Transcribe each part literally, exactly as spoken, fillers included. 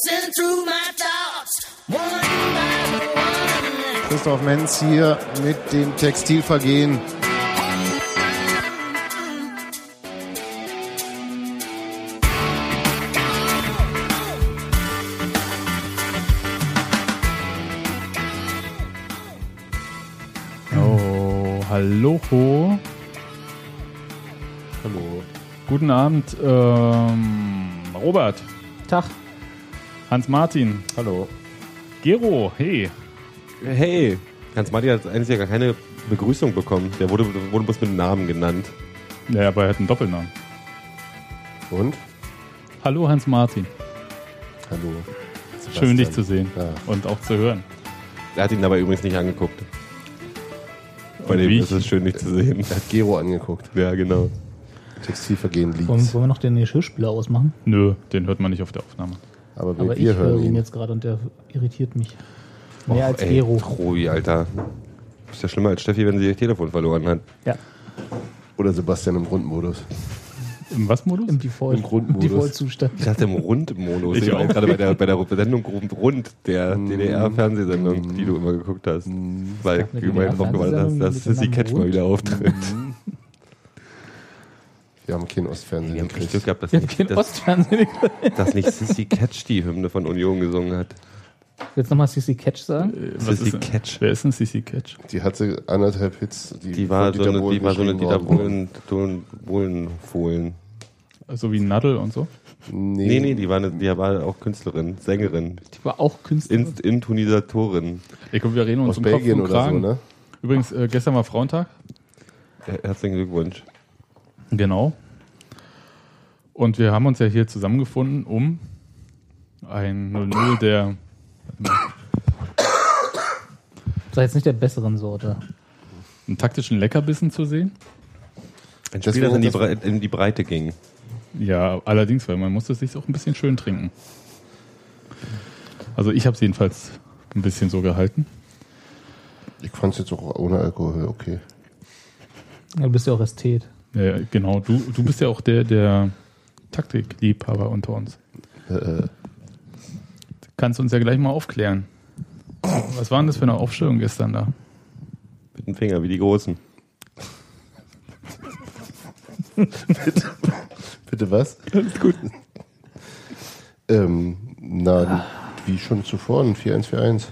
racing through my thoughts, one by one. Christoph Menz hier mit dem Textilvergehen. Oh, hallo. Hallo. Guten Abend, ähm, Robert. Tag. Hans-Martin. Hallo. Gero, hey. Hey. Hans-Martin hat eigentlich ja gar keine Begrüßung bekommen. Der wurde, wurde bloß mit dem Namen genannt. Ja, aber er hat einen Doppelnamen. Und? Hallo Hans-Martin. Hallo. Schön, dich zu sehen. Ja. Und auch zu hören. Er hat ihn dabei übrigens nicht angeguckt. Bei Und dem wie ist es schön, dich zu sehen. Er hat Gero angeguckt. Ja, genau. Textilvergehen liegt. Wollen, wollen wir noch den Geschirrspüler ausmachen? Nö, den hört man nicht auf der Aufnahme. Aber wir, Aber ich wir höre hören ihn ihn. jetzt gerade und der irritiert mich. Mehr Och, als ey, Gero. Trobi, Alter. Ist ja schlimmer als Steffi, wenn sie ihr Telefon verloren hat. Ja, Oder Sebastian im Grundmodus. Im was Modus? im Default. Im Grundmodus. Default-Zustand. Ich dachte im Rundmodus. Ich Ich war auch. gerade bei der, bei der Sendung Rund, der D D R-Fernsehsendung, die du immer geguckt hast. Weil gab eine du mal drauf gewartet hast, D D R-Fernsehsendung dass mit dem Sissy Namen Catch mal Rund? wieder auftritt. Wir haben kein Ostfernsehen Ich hab Glück gekriegt. gehabt, dass Ich habe nicht, kein dass, Ostfernsehen. dass nicht Sissy Catch die Hymne von Union gesungen hat. Willst du nochmal C C Catch sagen? Äh, was Sissy ist, Catch. Wer ist denn Sissy Catch? Die hatte anderthalb Hits. Die, Die war, von so Dieter eine, Bohlen die war so eine geschrieben Dieter worden. Bohlen, Bohlen, Bohlenfohlen. So wie Nadel und so? Nee, Nee, nee, die war, eine, die war auch Künstlerin, Sängerin, Die war auch Künstlerin. In, Intonisatorin. Ich glaube, wir reden uns aus um Belgien Kopf und oder so, Kragen. ne? Übrigens, äh, gestern war Frauentag. Her- Herzlichen Glückwunsch. Genau. Und wir haben uns ja hier zusammengefunden, um ein null null der Sei jetzt nicht der besseren Sorte. einen taktischen Leckerbissen zu sehen. Ein Deswegen Spiel, das in die, hat das- Bre in die Breite ging. Ja, allerdings, weil man musste es sich auch ein bisschen schön trinken. Also ich habe es jedenfalls ein bisschen so gehalten. Ich fand es jetzt auch ohne Alkohol okay. Ja, du bist ja auch Ästhet. Ja, genau, du, du bist ja auch der, der Taktikliebhaber unter uns. Äh, Du kannst uns ja gleich mal aufklären. Was war denn das für eine Aufstellung gestern da? Mit dem Finger, wie die Großen. bitte was? Alles gut. Ähm, na, wie schon zuvor, ein vier eins vier eins.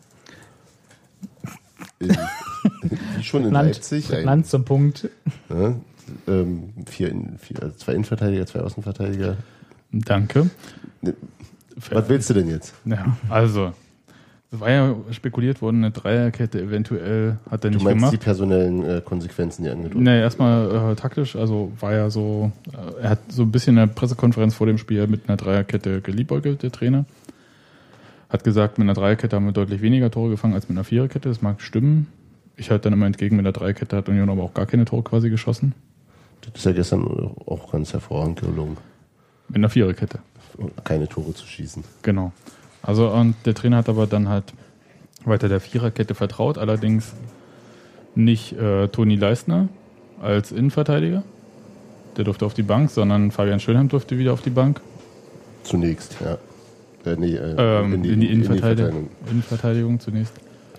In, wie schon in Land, Leipzig. Ein, Land zum Punkt. ne, ähm, vier, in, vier, also zwei Innenverteidiger, zwei Außenverteidiger. Danke. Was willst du denn jetzt? Ja, also, es war ja spekuliert worden, eine Dreierkette eventuell hat er Du nicht meinst gemacht. die personellen äh, Konsequenzen, die angedroht Nee, erstmal äh, taktisch, also war ja so, äh, er hat so ein bisschen in der Pressekonferenz vor dem Spiel mit einer Dreierkette geliebäugelt, der Trainer. Hat gesagt, mit einer Dreierkette haben wir deutlich weniger Tore gefangen als mit einer Viererkette, das mag stimmen. Ich halte dann immer entgegen, mit der Dreierkette hat Union aber auch gar keine Tore quasi geschossen. Das ist ja gestern auch ganz hervorragend gelungen, Mit einer Viererkette, keine Tore zu schießen. genau. Also und der Trainer hat aber dann halt weiter der Viererkette vertraut, allerdings nicht äh, Toni Leistner als Innenverteidiger. Der durfte auf die Bank, sondern Fabian Schönheim durfte wieder auf die Bank. Zunächst, ja. Äh, nee, äh, Ähm, in, die in die Innenverteidigung, Verteidigung. Innenverteidigung zunächst.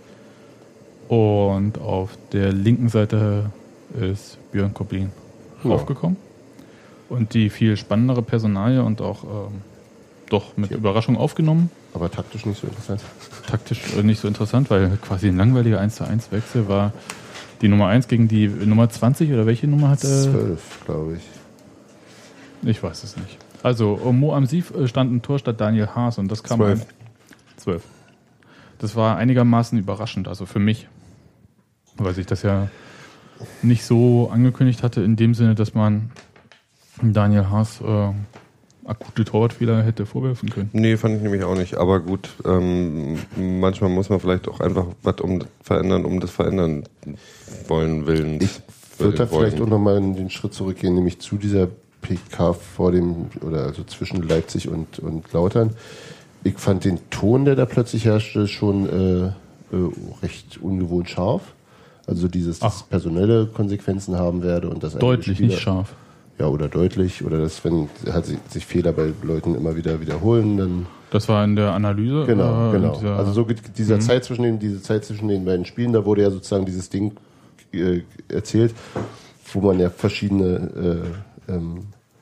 Und auf der linken Seite ist Björn Koblin Ja. raufgekommen. Und die viel spannendere Personalie und auch ähm, doch mit Ja. Überraschung aufgenommen. Aber taktisch nicht so interessant. Taktisch äh, nicht so interessant, weil quasi ein langweiliger eins zu eins Wechsel war die Nummer eins gegen die Nummer zwanzig oder welche Nummer hat er? Zwölf, glaube ich. Ich weiß es nicht. Also Mo Amsiv stand im Tor statt Daniel Haas und das kam Zwölf. ein- Zwölf. Das war einigermaßen überraschend, also für mich, weil sich das ja nicht so angekündigt hatte in dem Sinne, dass man Daniel Haas äh, akute Torwartfehler hätte vorwerfen können. Nee, fand ich nämlich auch nicht. Aber gut, ähm, manchmal muss man vielleicht auch einfach was um das verändern, um das verändern wollen, willen. Ich würde da vielleicht auch nochmal den Schritt zurückgehen, nämlich zu dieser P K vor dem, oder also zwischen Leipzig und, und Lautern. Ich fand den Ton, der da plötzlich herrschte, schon äh, äh, recht ungewohnt scharf. Also dieses, dass Ach. personelle Konsequenzen haben werde und das Deutlich nicht scharf. Ja, oder deutlich, oder dass, wenn halt sich, sich Fehler bei Leuten immer wieder wiederholen, dann Das war in der Analyse. Genau, äh, genau. dieser- Also so geht dieser Mhm. Zeit zwischen den, diese Zeit zwischen den beiden Spielen, da wurde ja sozusagen dieses Ding äh, erzählt, wo man ja verschiedene äh, ähm,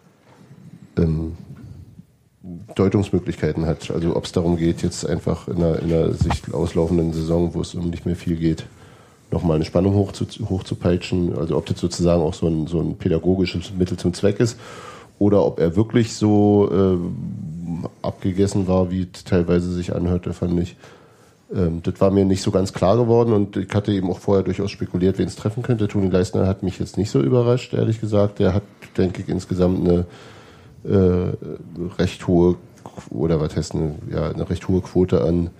ähm, Deutungsmöglichkeiten hat. Also ob es darum geht, jetzt einfach in einer, in einer sich auslaufenden Saison, wo es um nicht mehr viel geht, nochmal eine Spannung hoch zu, hoch zu peitschen. Also ob das sozusagen auch so ein, so ein pädagogisches Mittel zum Zweck ist oder ob er wirklich so äh, abgegessen war, wie es teilweise sich anhörte, fand ich. Ähm, das war mir nicht so ganz klar geworden und ich hatte eben auch vorher durchaus spekuliert, wen es treffen könnte. Toni Leistner hat mich jetzt nicht so überrascht, ehrlich gesagt. Der hat, denke ich, insgesamt eine äh, recht hohe, oder was heißt eine, ja, eine recht hohe Quote an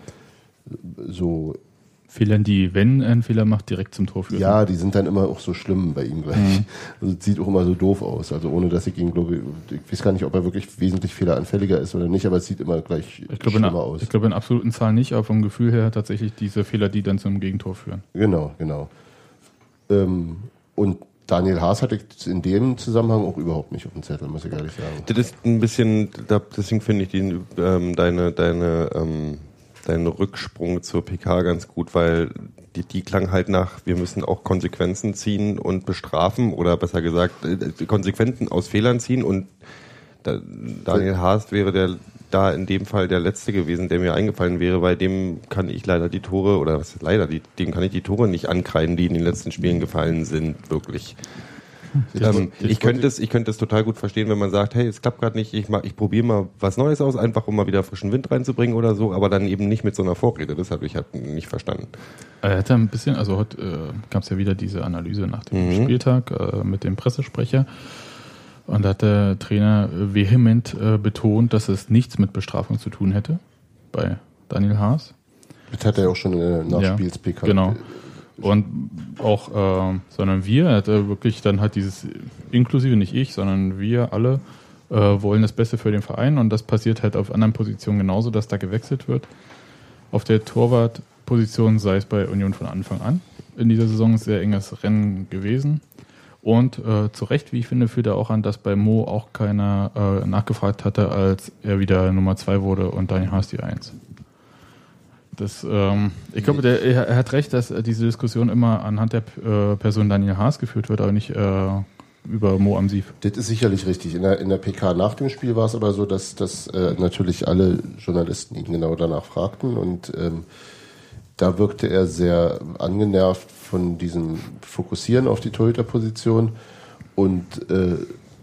so. Fehlern, die, wenn er einen Fehler macht, direkt zum Tor führen. Ja, die sind dann immer auch so schlimm bei ihm gleich. Mhm. Also es sieht auch immer so doof aus. Also ohne, dass ich ihn glaube, ich weiß gar nicht, ob er wirklich wesentlich fehleranfälliger ist oder nicht, aber es sieht immer gleich Ich glaube, in, schlimmer aus. ich glaube, in absoluten Zahlen nicht, aber vom Gefühl her tatsächlich diese Fehler, die dann zum Gegentor führen. Genau, genau. Ähm, und Daniel Haas hatte ich in dem Zusammenhang auch überhaupt nicht auf dem Zettel, muss ich ehrlich sagen. Das ist ein bisschen, da- deswegen finde ich die, ähm, deine, deine, ähm, deinen Rücksprung zur P K ganz gut, weil die, die klang halt nach, wir müssen auch Konsequenzen ziehen und bestrafen oder besser gesagt, äh, Konsequenzen aus Fehlern ziehen und da, Daniel Haas wäre der da in dem Fall der Letzte gewesen, der mir eingefallen wäre. Bei dem kann ich leider die Tore, oder was ist leider, die, dem kann ich die Tore nicht ankreiden, die in den letzten Spielen gefallen sind, wirklich. Ähm, ich könnte es, ich könnte es total gut verstehen, wenn man sagt, hey, es klappt gerade nicht, ich mach, ich probiere mal was Neues aus, einfach um mal wieder frischen Wind reinzubringen oder so, aber dann eben nicht mit so einer Vorrede. Das habe ich halt nicht verstanden. Er hatte ein bisschen, also heute äh, gab es ja wieder diese Analyse nach dem Mhm. Spieltag äh, mit dem Pressesprecher. Und da hat der Trainer vehement äh, betont, dass es nichts mit Bestrafung zu tun hätte bei Daniel Haas. Das hat er ja auch schon in der Nachspiels-P K. Genau. Und auch, äh, sondern wir, er hat äh, wirklich dann halt dieses, inklusive nicht ich, sondern wir alle äh, wollen das Beste für den Verein und das passiert halt auf anderen Positionen genauso, dass da gewechselt wird. Auf der Torwartposition sei es bei Union von Anfang an. In dieser Saison ist sehr enges Rennen gewesen. Und äh, zu Recht, wie ich finde, führt er auch an, dass bei Mo auch keiner äh, nachgefragt hatte, als er wieder Nummer zwei wurde und Daniel Haas die Eins. Das, ähm, ich glaube, der, er, er hat recht, dass äh, diese Diskussion immer anhand der äh, Person Daniel Haas geführt wird, aber nicht äh, über Mo Amsiv. Das ist sicherlich richtig. In der, in der P K nach dem Spiel war es aber so, dass, dass äh, natürlich alle Journalisten ihn genau danach fragten und ähm, da wirkte er sehr angenervt von diesem Fokussieren auf die Torhüterposition und äh,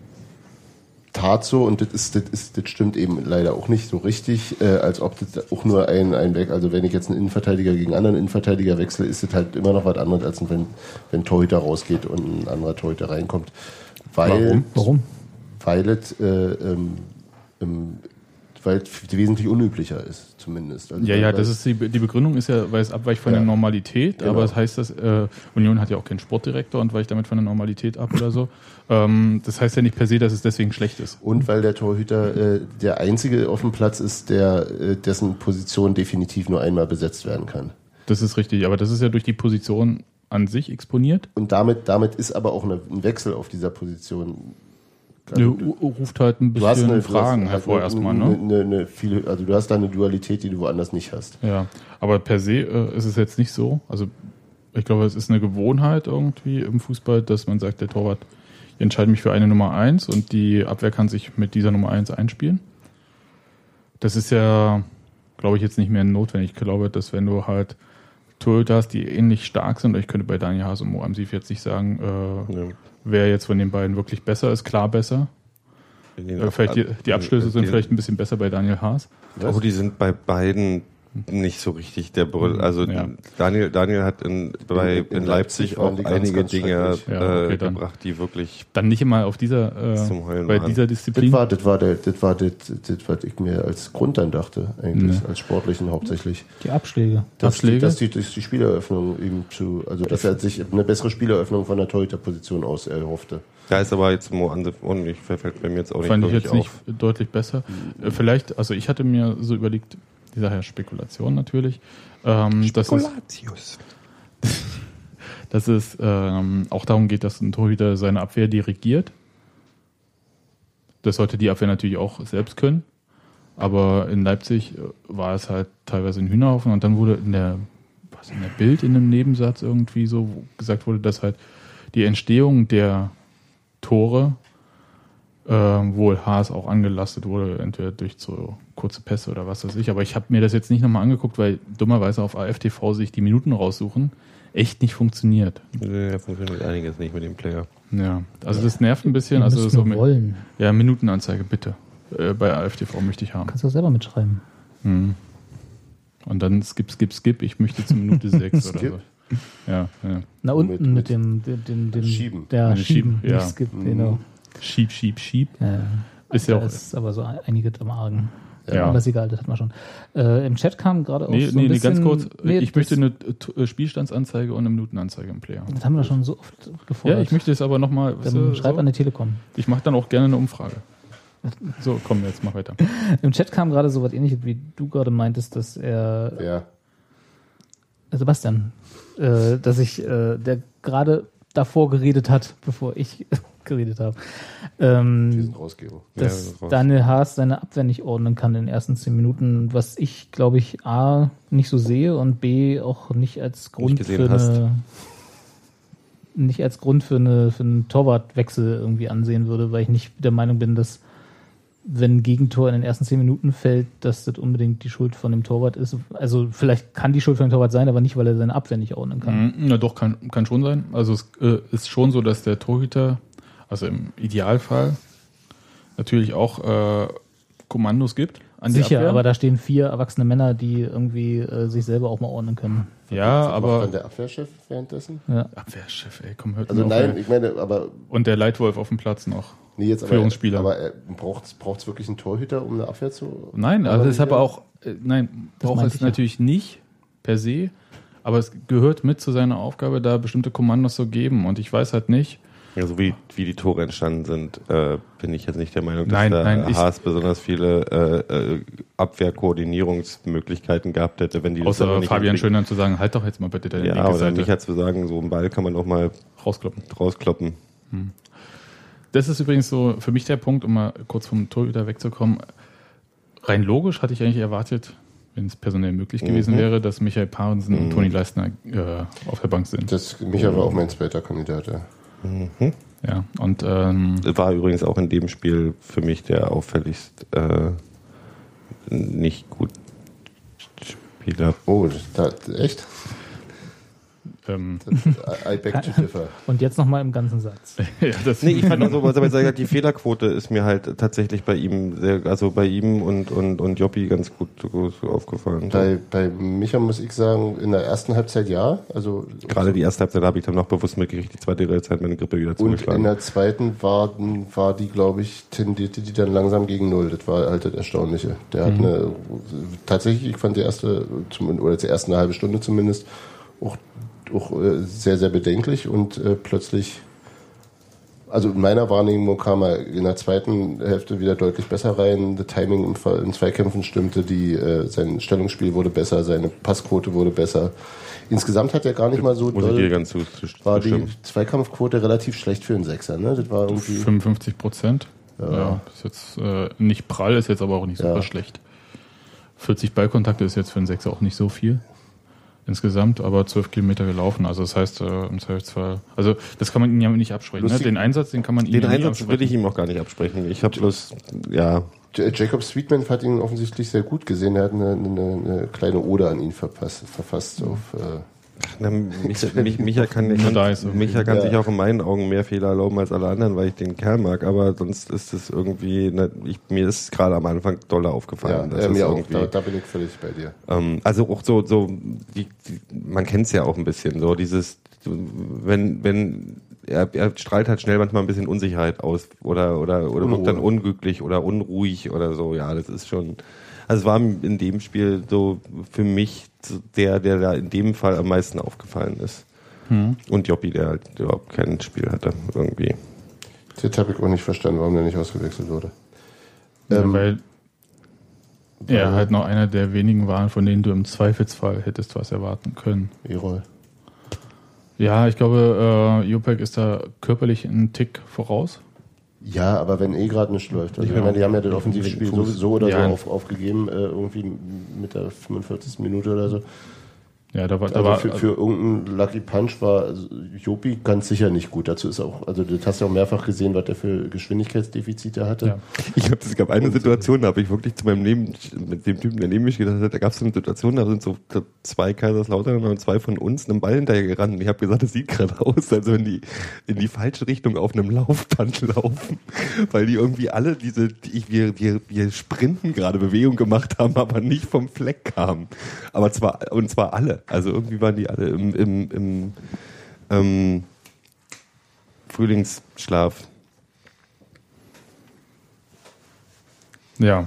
tat so, und das, ist, das, ist, das stimmt eben leider auch nicht so richtig, äh, als ob das auch nur ein, ein Weg, also wenn ich jetzt einen Innenverteidiger gegen einen anderen Innenverteidiger wechsle, ist das halt immer noch was anderes, als wenn, wenn ein Torhüter rausgeht und ein anderer Torhüter reinkommt. Weil, Warum? Warum? Weil es äh, ähm, ähm, weil es wesentlich unüblicher ist, zumindest. Also Ja, weil, ja, das ist die, die Begründung ist ja, weil es abweicht von Ja. der Normalität, Genau. aber das heißt, dass äh, Union hat ja auch keinen Sportdirektor und weicht damit von der Normalität ab oder so. Ähm, das heißt ja nicht per se, dass es deswegen schlecht ist. Und weil der Torhüter äh, der einzige auf dem Platz ist, der äh, dessen Position definitiv nur einmal besetzt werden kann. Das ist richtig, aber das ist ja durch die Position an sich exponiert. Und damit, damit ist aber auch eine, ein Wechsel auf dieser Position. Du, ruft halt ein Du hast bisschen eine, Fragen du hast hervor eine, erstmal, eine, ne? eine, eine viel, also du hast da eine Dualität, die du woanders nicht hast. Ja, aber per se äh, ist es jetzt nicht so. Also ich glaube, es ist eine Gewohnheit irgendwie im Fußball, dass man sagt, der Torwart, ich entscheide mich für eine Nummer eins und die Abwehr kann sich mit dieser Nummer eins einspielen. Das ist ja, glaube ich, jetzt nicht mehr notwendig. Ich glaube, dass wenn du halt Torhüter hast, die ähnlich stark sind, ich könnte bei Daniel Haas und Mo Amsiv jetzt nicht sagen, äh, Ja. wer jetzt von den beiden wirklich besser ist, klar besser. Äh, vielleicht die, die Abschlüsse sind vielleicht ein bisschen besser bei Daniel Haas. Oh, die sind bei beiden nicht so richtig der Brüll. Also Ja. Daniel, Daniel hat in, bei, In- in, in Leipzig Leipzig waren auch die ganz, einige ganz Dinge schrecklich. Ja, okay, äh, dann. gebracht, die wirklich Dann nicht immer auf dieser, Zum äh, Heulen bei waren. dieser Das Disziplin. war, das war, der, das war das, das, was ich mir als Grund dann dachte, eigentlich, Nee. als Sportlichen hauptsächlich. Die Abschläge. Dass Abschläge? Die, dass, die, dass die Spieleröffnung eben zu, also dass er sich eine bessere Spieleröffnung von der Torhüterposition aus erhoffte. Da ist aber jetzt Mo Amsiv ordentlich, fällt bei mir jetzt auch nicht Fand ich wirklich jetzt nicht auf. deutlich besser. Äh, Vielleicht, also ich hatte mir so überlegt, die Sache ja Spekulation natürlich, ähm, dass es, Spekulatius. dass es ähm, auch darum geht, dass ein Torhüter seine Abwehr dirigiert. Das sollte die Abwehr natürlich auch selbst können. Aber in Leipzig war es halt teilweise ein Hühnerhaufen und dann wurde in der, was in der Bild in einem Nebensatz irgendwie so gesagt wurde, dass halt die Entstehung der Tore äh, wohl Haas auch angelastet wurde, entweder durch so kurze Pässe oder was weiß ich. Aber ich habe mir das jetzt nicht nochmal angeguckt, weil dummerweise auf A F T V sich die Minuten raussuchen echt nicht funktioniert. Ja, funktioniert einiges nicht mit dem Player. Ja, also das nervt ein bisschen. Wir Also müssen so nur mit, wollen. ja, Minutenanzeige bitte. Äh, bei A F T V möchte ich haben. Kannst du auch selber mitschreiben. Hm. Und dann skip, skip, skip, ich möchte zur Minute sechs oder Skip? so. Ja, ja. Na unten Mit- mit, mit dem, dem, dem, dem Schieben. Ja, Mit Schieben, Schieben, ja. nicht Skip, genau. Schieb, schieb, schieb. Ja, Ist ja da auch. ist aber so einiges am Argen. Ja. Aber ist egal, das hat man schon. Äh, Im Chat kam gerade auch Nee, so nee, ein nee, bisschen... ganz kurz. Nee, ich das, möchte eine äh, Spielstandsanzeige und eine Minutenanzeige im Player. Das haben wir schon so oft gefordert. Ja, ich möchte es aber nochmal. Dann schreib so, an die Telekom. ich mache dann auch gerne eine Umfrage. So, komm, jetzt mach weiter. Im Chat kam gerade so was ähnliches, wie du gerade meintest, dass er... Ja. Äh, Sebastian, äh, dass ich, äh, der gerade davor geredet hat, bevor ich geredet habe. Wir Ähm, sind Rausgeber. dass Ja, raus. Daniel Haas seine Abwehr nicht ordnen kann in den ersten zehn Minuten, was ich, glaube ich, A, nicht so sehe und B, auch nicht als Grund Nicht gesehen für hast. eine nicht als Grund für, eine, für einen Torwartwechsel irgendwie ansehen würde, weil ich nicht der Meinung bin, dass wenn ein Gegentor in den ersten zehn Minuten fällt, dass das unbedingt die Schuld von dem Torwart ist. Also vielleicht kann die Schuld von dem Torwart sein, aber nicht, weil er seine Abwehr nicht ordnen kann. Mhm, na doch, kann, kann schon sein. Also es äh, ist schon so, dass der Torhüter, also im Idealfall, natürlich auch äh, Kommandos gibt an die Sicher, Abwehr. aber da stehen vier erwachsene Männer, die irgendwie äh, sich selber auch mal ordnen können. ja, Was macht aber dann der Abwehrchef währenddessen? Ja. Abwehrchef, ey, komm, hört Also mir auf, nein, ey. ich meine, aber Und der Leitwolf auf dem Platz noch. nee, jetzt aber, Führungsspieler. aber äh, braucht es wirklich einen Torhüter, um eine Abwehr zu? Nein, also das ist aber organisieren? auch, äh, nein, braucht meinte es ich ja. natürlich nicht per se, aber es gehört mit zu seiner Aufgabe, da bestimmte Kommandos zu geben. Und ich weiß halt nicht, Ja, so wie, wie die Tore entstanden sind, äh, bin ich jetzt nicht der Meinung, dass Nein, der nein, ich- Haas besonders viele äh, äh, Abwehrkoordinierungsmöglichkeiten gehabt hätte, wenn die das aber außer nicht Fabian entwickelt- Schönern zu sagen, halt doch jetzt mal bitte deine Ja, linke oder Seite nicht halt zu sagen, so einen Ball kann man auch mal rauskloppen. rauskloppen. Das ist übrigens so für mich der Punkt, um mal kurz vom Torhüter wegzukommen. Rein logisch hatte ich eigentlich erwartet, wenn es personell möglich gewesen Mhm. wäre, dass Michael Parensen und Toni Leistner äh, auf der Bank sind. Das, Micha war auch mein zweiter Kandidat, ja. Ja, und ähm, War übrigens auch in dem Spiel für mich der auffälligst äh, nicht gut Spieler. Oh, da, echt? ähm, I, I beg to differ. Und jetzt nochmal im ganzen Satz. ja, das Nee, ich fand also, was aber gesagt, die Fehlerquote ist mir halt tatsächlich bei ihm sehr, also bei ihm und, und, und Joppi ganz gut, gut aufgefallen. Bei, bei Micha muss ich sagen, in der ersten Halbzeit ja. Also Gerade die erste Halbzeit habe ich dann noch bewusst mitgekriegt, die zweite Halbzeit meine Grippe wieder und zugeschlagen. in der zweiten war, war die, glaube ich, tendierte die dann langsam gegen Null. Das war halt das Erstaunliche. Der hat eine, tatsächlich, ich fand die erste, zum- oder die erste eine halbe Stunde zumindest, auch, auch äh, sehr, sehr bedenklich und äh, plötzlich, also in meiner Wahrnehmung kam er in der zweiten Hälfte wieder deutlich besser rein. Das Timing im Fall- in Zweikämpfen stimmte, die, äh, sein Stellungsspiel wurde besser, seine Passquote wurde besser. Insgesamt hat er gar nicht mal so Muss ich dir doll, ganz zu, zu, war die zustimmen. Zweikampfquote relativ schlecht für einen Sechser. Ne? Das war irgendwie fünfundfünfzig Prozent. Ja. ist jetzt äh, nicht prall, ist jetzt aber auch nicht super Ja. schlecht. vierzig Ballkontakte ist jetzt für einen Sechser auch nicht so viel insgesamt, aber zwölf Kilometer gelaufen. Also das heißt, äh, im Zweifelsfall, also das kann man ihm ja nicht absprechen. Ne? Lustig- Den Einsatz, den kann man ihm Den ja nie Einsatz will ich absprechen. ihm auch gar nicht absprechen. Ich habe bloß, ja, J- Jacob Sweetman hat ihn offensichtlich sehr gut gesehen. Er hat eine, eine, eine kleine Ode an ihn verpasst, verfasst auf. Äh, na, Micha, Mich- Micha kann, Nur kann, da ist okay. Micha kann Ja. sich auch in meinen Augen mehr Fehler erlauben als alle anderen, weil ich den Kerl mag, aber sonst ist es irgendwie, ne, ich, mir ist gerade am Anfang doller ja, aufgefallen. dass äh, es mir auch. irgendwie- Da, da bin ich völlig bei dir. Ähm, also auch so, so die, die, man kennt es ja auch ein bisschen, so dieses, wenn, wenn er, er strahlt halt schnell manchmal ein bisschen Unsicherheit aus oder oder oder Unruhe. wirkt dann unglücklich oder unruhig oder so. Ja, das ist schon. Also es war in dem Spiel so für mich der, der da in dem Fall am meisten aufgefallen ist. Und Joppi, der halt überhaupt kein Spiel hatte irgendwie. Das habe ich auch nicht verstanden, warum der nicht ausgewechselt wurde. Ja, Ähm, weil er halt noch einer der wenigen waren, von denen du im Zweifelsfall hättest was erwarten können. E-Roll. Ja, ich glaube, äh, Jopek ist da körperlich einen Tick voraus. Ja, aber wenn eh gerade nicht läuft. Also Ja. ich meine, die haben ja das offensive Spiel Fuß. sowieso oder Ja. so auf, aufgegeben, äh, irgendwie mit der fünfundvierzigsten Minute oder so. Ja, da war, da Also war für, für irgendeinen Lucky Punch war also Jopi ganz sicher nicht gut. Dazu ist auch, also das hast du auch mehrfach gesehen, was der für Geschwindigkeitsdefizite hatte. Ja. Ich glaube, es gab eine Situation, da habe ich wirklich zu meinem Neben, mit dem Typen, der neben mich gedacht hat, da gab es so eine Situation, da sind so zwei Kaiserslautern und zwei von uns einem Ball hinterher gerannt. Und ich habe gesagt, das sieht gerade aus, als wenn die in die falsche Richtung auf einem Laufband laufen. Weil die irgendwie alle diese, die, wir, wir, wir sprinten gerade Bewegung gemacht haben, aber nicht vom Fleck kamen. Aber zwar, und zwar alle. Also irgendwie waren die alle im, im, im ähm, Frühlingsschlaf. ja.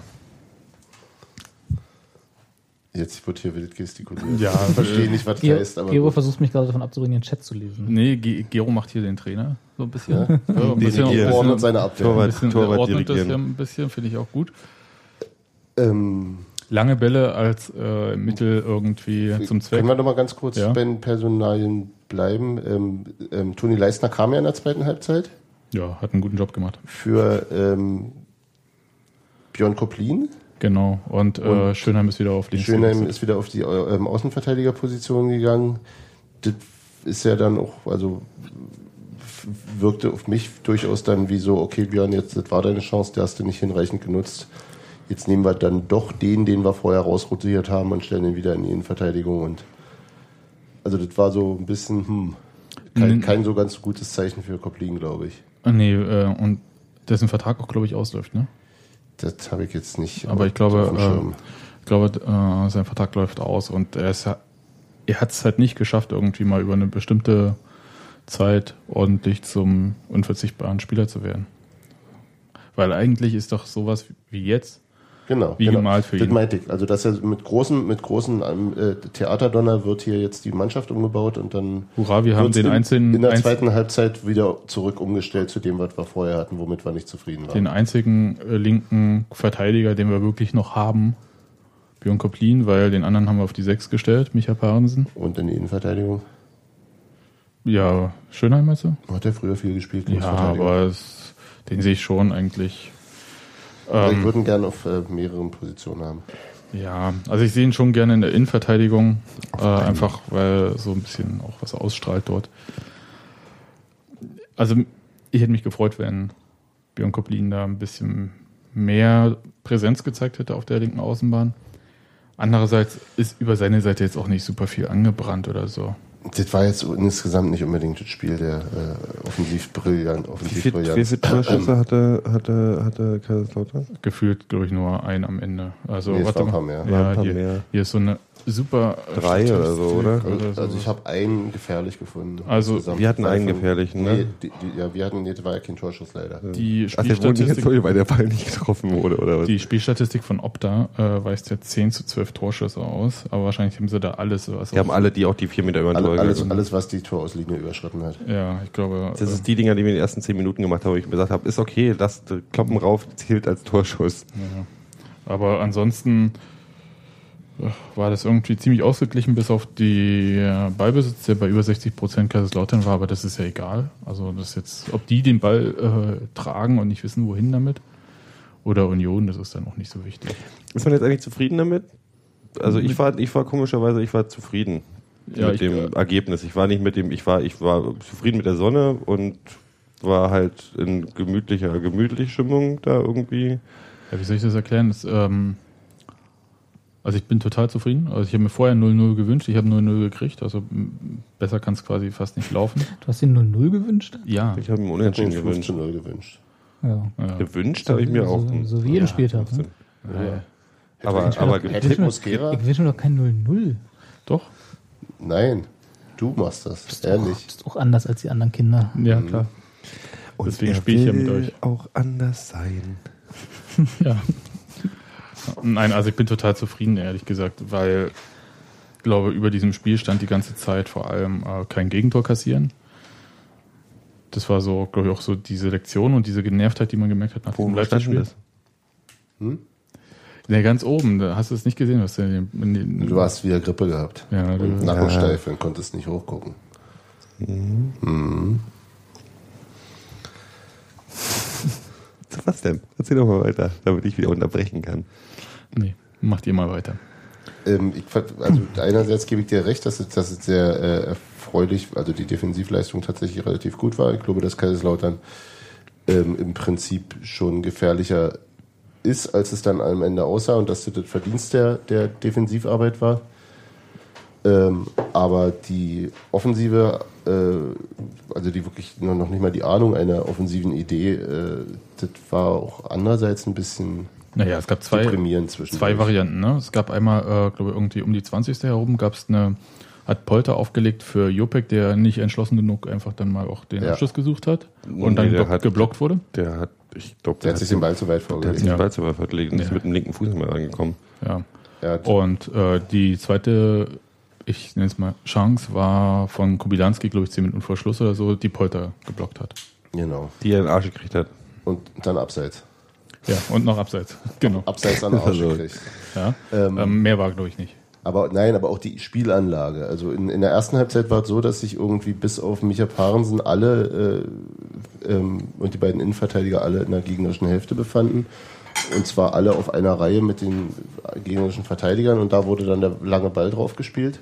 Jetzt wird hier wild gestikuliert. Ja, ich verstehe nicht, was das Gero, heißt, aber Gero gut. versucht mich gerade davon abzubringen, den Chat zu lesen. Nee, Ge- Gero macht hier den Trainer so ein bisschen. Ja? Ja, ein bisschen, Dirigieren. ein ordnet bisschen, seine Abwehr. Torwart. ein bisschen Torwart ordnet das dirigieren. ja ein bisschen, finde ich auch gut. Ähm, Lange Bälle als äh, Mittel irgendwie zum Zweck. Können wir noch mal ganz kurz Ja. bei den Personalien bleiben? Ähm, ähm, Toni Leistner kam ja in der zweiten Halbzeit Ja, hat einen guten Job gemacht. für ähm, Björn Koplin. Genau. Und, äh, Und Schönheim ist wieder auf links. Schönheim gewechselt. ist wieder auf die ähm, Außenverteidigerposition gegangen. Das ist ja dann auch, also f- wirkte auf mich durchaus dann wie so, okay Björn, jetzt das war deine Chance, die hast du nicht hinreichend genutzt. Jetzt nehmen wir dann doch den, den wir vorher rausrotiert haben und stellen ihn wieder in die Innenverteidigung. Und also das war so ein bisschen, hm, kein, Mhm. kein so ganz gutes Zeichen für Koplin, glaube ich. Ah, nee, äh, und dessen Vertrag auch, glaube ich, ausläuft, ne? Das habe ich jetzt nicht. Aber ich glaube, auf dem Schirm. äh, ich glaube, äh, sein Vertrag läuft aus und er ist ja, er hat es halt nicht geschafft, irgendwie mal über eine bestimmte Zeit ordentlich zum unverzichtbaren Spieler zu werden. Weil eigentlich ist doch sowas wie jetzt Genau, wie genau. gemalt für das ihn. meinte ich. Also dass er mit großen, mit großen ähm, äh, Theaterdonner wird hier jetzt die Mannschaft umgebaut und dann Hurra, wir haben wird's den in, einzelnen, in der einz- zweiten Halbzeit wieder zurück umgestellt zu dem, was wir vorher hatten, womit wir nicht zufrieden waren. den einzigen äh, linken Verteidiger, den wir wirklich noch haben, Björn Koplin, weil den anderen haben wir auf die sechs gestellt, Micha Parensen. Und in die Innenverteidigung Ja, Schönheim meinst du? hat er früher viel gespielt. Ja, Linksverteidigung. aber es, den sehe ich schon eigentlich. Aber ich Ähm, würde ihn gerne auf äh, mehreren Positionen haben. ja, also ich sehe ihn schon gerne in der Innenverteidigung, äh, einfach weil so ein bisschen auch was ausstrahlt dort. Also ich hätte mich gefreut, wenn Björn Koplin da ein bisschen mehr Präsenz gezeigt hätte auf der linken Außenbahn. Andererseits ist über seine Seite jetzt auch nicht super viel angebrannt oder so. Das war jetzt insgesamt nicht unbedingt das Spiel der äh, offensiv brillant. Wie Offensiv viel, brillant. wie viele Torschüsse hatte, hatte, hatte Kaiserslautern? Gefühlt, glaube ich, nur ein am Ende. Also, Nee, es warte waren ein mal. paar mehr. Waren Ja, ein paar hier, mehr. hier ist so eine super Drei oder so, oder? Also, also ich habe einen gefährlich gefunden. Also, insgesamt. wir hatten einen Von- gefährlichen, ne? Nee, die, die, ja, wir hatten, nee, das war ja kein Torschuss leider. die Ach, der wurde nicht Spielstatistik, jetzt, weil der Ball nicht getroffen wurde, oder was? die Spielstatistik von Opta äh, weist ja zehn zu zwölf Torschüsse aus, aber wahrscheinlich haben sie da alles. Was Die haben alle, die auch die vier Meter über den Alle, Tor alles, gegangen. alles, was die Torauslinie überschritten hat. Ja, ich glaube. Das ist die Dinger, die wir in den ersten zehn Minuten gemacht haben, wo ich mir gesagt habe, ist okay, lasst Kloppen rauf, zählt als Torschuss. Ja. Aber ansonsten äh, war das irgendwie ziemlich ausgeglichen, bis auf die äh, Ballbesitz, der bei über sechzig Prozent Kaiserslautern war, aber das ist ja egal. Also das ist jetzt, ob die den Ball äh, tragen und nicht wissen, wohin damit, oder Union, das ist dann auch nicht so wichtig. Ist man jetzt eigentlich zufrieden damit? Also ich Mit- war, ich war komischerweise, ich war zufrieden Ja, mit ich- dem äh, Ergebnis. Ich war nicht mit dem, ich war, ich war zufrieden mit der Sonne und war halt in gemütlicher, gemütlich Stimmung da irgendwie. Ja, wie soll ich das erklären? Das, ähm, also ich bin total zufrieden. Also ich habe mir vorher null null gewünscht, ich habe null null gekriegt. Also m, besser kann es quasi fast nicht laufen. Du hast den null null gewünscht? Ja. Ich habe mir Ich unentschieden hätte fünf gewünscht. zu null gewünscht. Ja. ja. Gewünscht habe ich mir So- auch. so wie jeden Spieltag, ne? Ja. Aber, Hätte- aber hätte- ge- Hätte Mosquera? Ich wünsche mir doch kein null null. Doch? Nein, du machst das. Er Das nicht. ist auch anders als die anderen Kinder. Ja, klar. und deswegen er spiele ich ja mit will euch. auch anders sein. Ja. Nein, also ich bin total zufrieden, ehrlich gesagt, weil ich glaube, über diesem Spiel stand die ganze Zeit vor allem äh, kein Gegentor kassieren. Das war so, glaube ich, auch so diese Lektion und diese Genervtheit, die man gemerkt hat nach Wo dem stand denn Leipzig-Spiel. das? Ja, ganz oben, da hast du es nicht gesehen. Was in den, in den, Du hast wieder Grippe gehabt. Ja, du- und Nackensteif und konntest nicht hochgucken. Mhm. Was denn? Erzähl doch mal weiter, damit ich wieder unterbrechen kann. Nee, macht ihr mal weiter. Ähm, ich fand, also einerseits gebe ich dir recht, dass es, dass es sehr äh, erfreulich, also die Defensivleistung tatsächlich relativ gut war. Ich glaube, dass Kaiserslautern ähm, im Prinzip schon gefährlicher ist, als es dann am Ende aussah und dass das das Verdienst der, der Defensivarbeit war. Ähm, aber die Offensive, äh, also die wirklich noch, noch nicht mal die Ahnung einer offensiven Idee, äh, das war auch andererseits ein bisschen Naja, es gab zwei, deprimierend zwischen zwei Varianten. Ne? Es gab einmal, äh, glaube ich, irgendwie um die zwanzigste herum gab es eine, hat Polter aufgelegt für Jopek, der nicht entschlossen genug einfach dann mal auch den Ja. Abschluss gesucht hat und Nee, dann der geblo- hat- geblockt wurde. Der hat, ich glaube, Der hat sich den Ball zu weit der hat vorgelegt. sich den Ja. Ball zu weit verlegt und ist Ja. mit dem linken Fuß nicht mehr rangekommen. Ja. Ja, Und äh, die zweite, ich nenne es mal Chance, war von Kubilanski, glaube ich, zehn Minuten vor Schluss oder so, die Polter geblockt hat. genau. Die er in den Arsch gekriegt hat. Und dann abseits. Ja, und noch abseits. Genau. Abseits an den Arsch Also- gekriegt. Ja. Ähm, Ähm, mehr war, glaube ich, nicht. Aber nein, aber auch die Spielanlage. Also in, in der ersten Halbzeit war es so, dass sich irgendwie bis auf Micha Parensen alle äh, ähm, und die beiden Innenverteidiger alle in der gegnerischen Hälfte befanden. Und zwar alle auf einer Reihe mit den gegnerischen Verteidigern und da wurde dann der lange Ball drauf gespielt.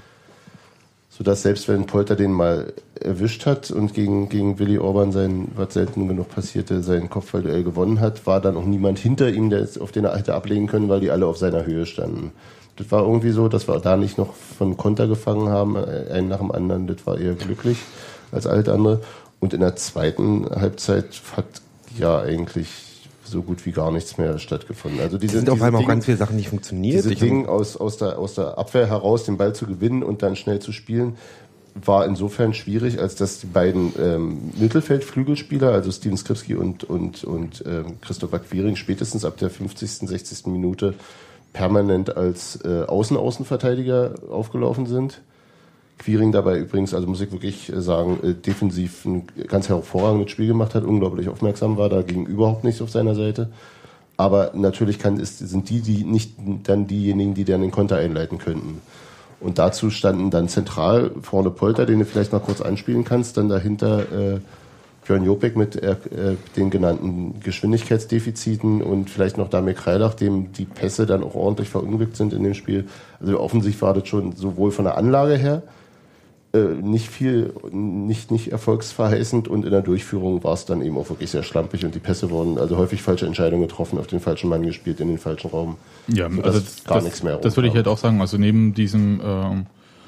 Sodass selbst wenn Polter den mal erwischt hat und gegen, gegen Willi Orban sein, was selten genug passierte, sein Kopfballduell gewonnen hat, war dann auch niemand hinter ihm, der es- auf den er hätte ablegen können, weil die alle auf seiner Höhe standen. Das war irgendwie so, dass wir da nicht noch von Konter gefangen haben, einen nach dem anderen. Das war eher glücklich als alles andere. Und in der zweiten Halbzeit hat ja eigentlich so gut wie gar nichts mehr stattgefunden. Also diese, Es sind auf diese einmal auch Ding- ganz viele Sachen nicht funktioniert. Diese Ich- Ding aus, aus, der, aus der Abwehr heraus den Ball zu gewinnen und dann schnell zu spielen, war insofern schwierig, als dass die beiden ähm, Mittelfeldflügelspieler, also Steven Skripski und, und, und ähm, Christopher Quiring, spätestens ab der fünfzigsten, sechzigsten Minute permanent als äh, Außen-Außenverteidiger aufgelaufen sind. Quiring dabei übrigens, also muss ich wirklich sagen, äh, defensiv ein ganz hervorragendes Spiel gemacht hat, unglaublich aufmerksam war, da ging überhaupt nichts auf seiner Seite. Aber natürlich kann, ist, sind die, die nicht dann diejenigen, die dann den Konter einleiten könnten. Und dazu standen dann zentral vorne Polter, den du vielleicht mal kurz anspielen kannst, dann dahinter äh, Björn Jopek mit äh, den genannten Geschwindigkeitsdefiziten und vielleicht noch Damir Kreilach, dem die Pässe dann auch ordentlich verunglückt sind in dem Spiel. Also offensichtlich war das schon sowohl von der Anlage her äh, nicht viel, nicht, nicht erfolgsverheißend und in der Durchführung war es dann eben auch wirklich sehr schlampig und die Pässe wurden also häufig falsche Entscheidungen getroffen, auf den falschen Mann gespielt, in den falschen Raum. Ja, sodass also das, gar das, nichts mehr das würde ich rumkam. halt auch sagen. Also neben diesem ähm,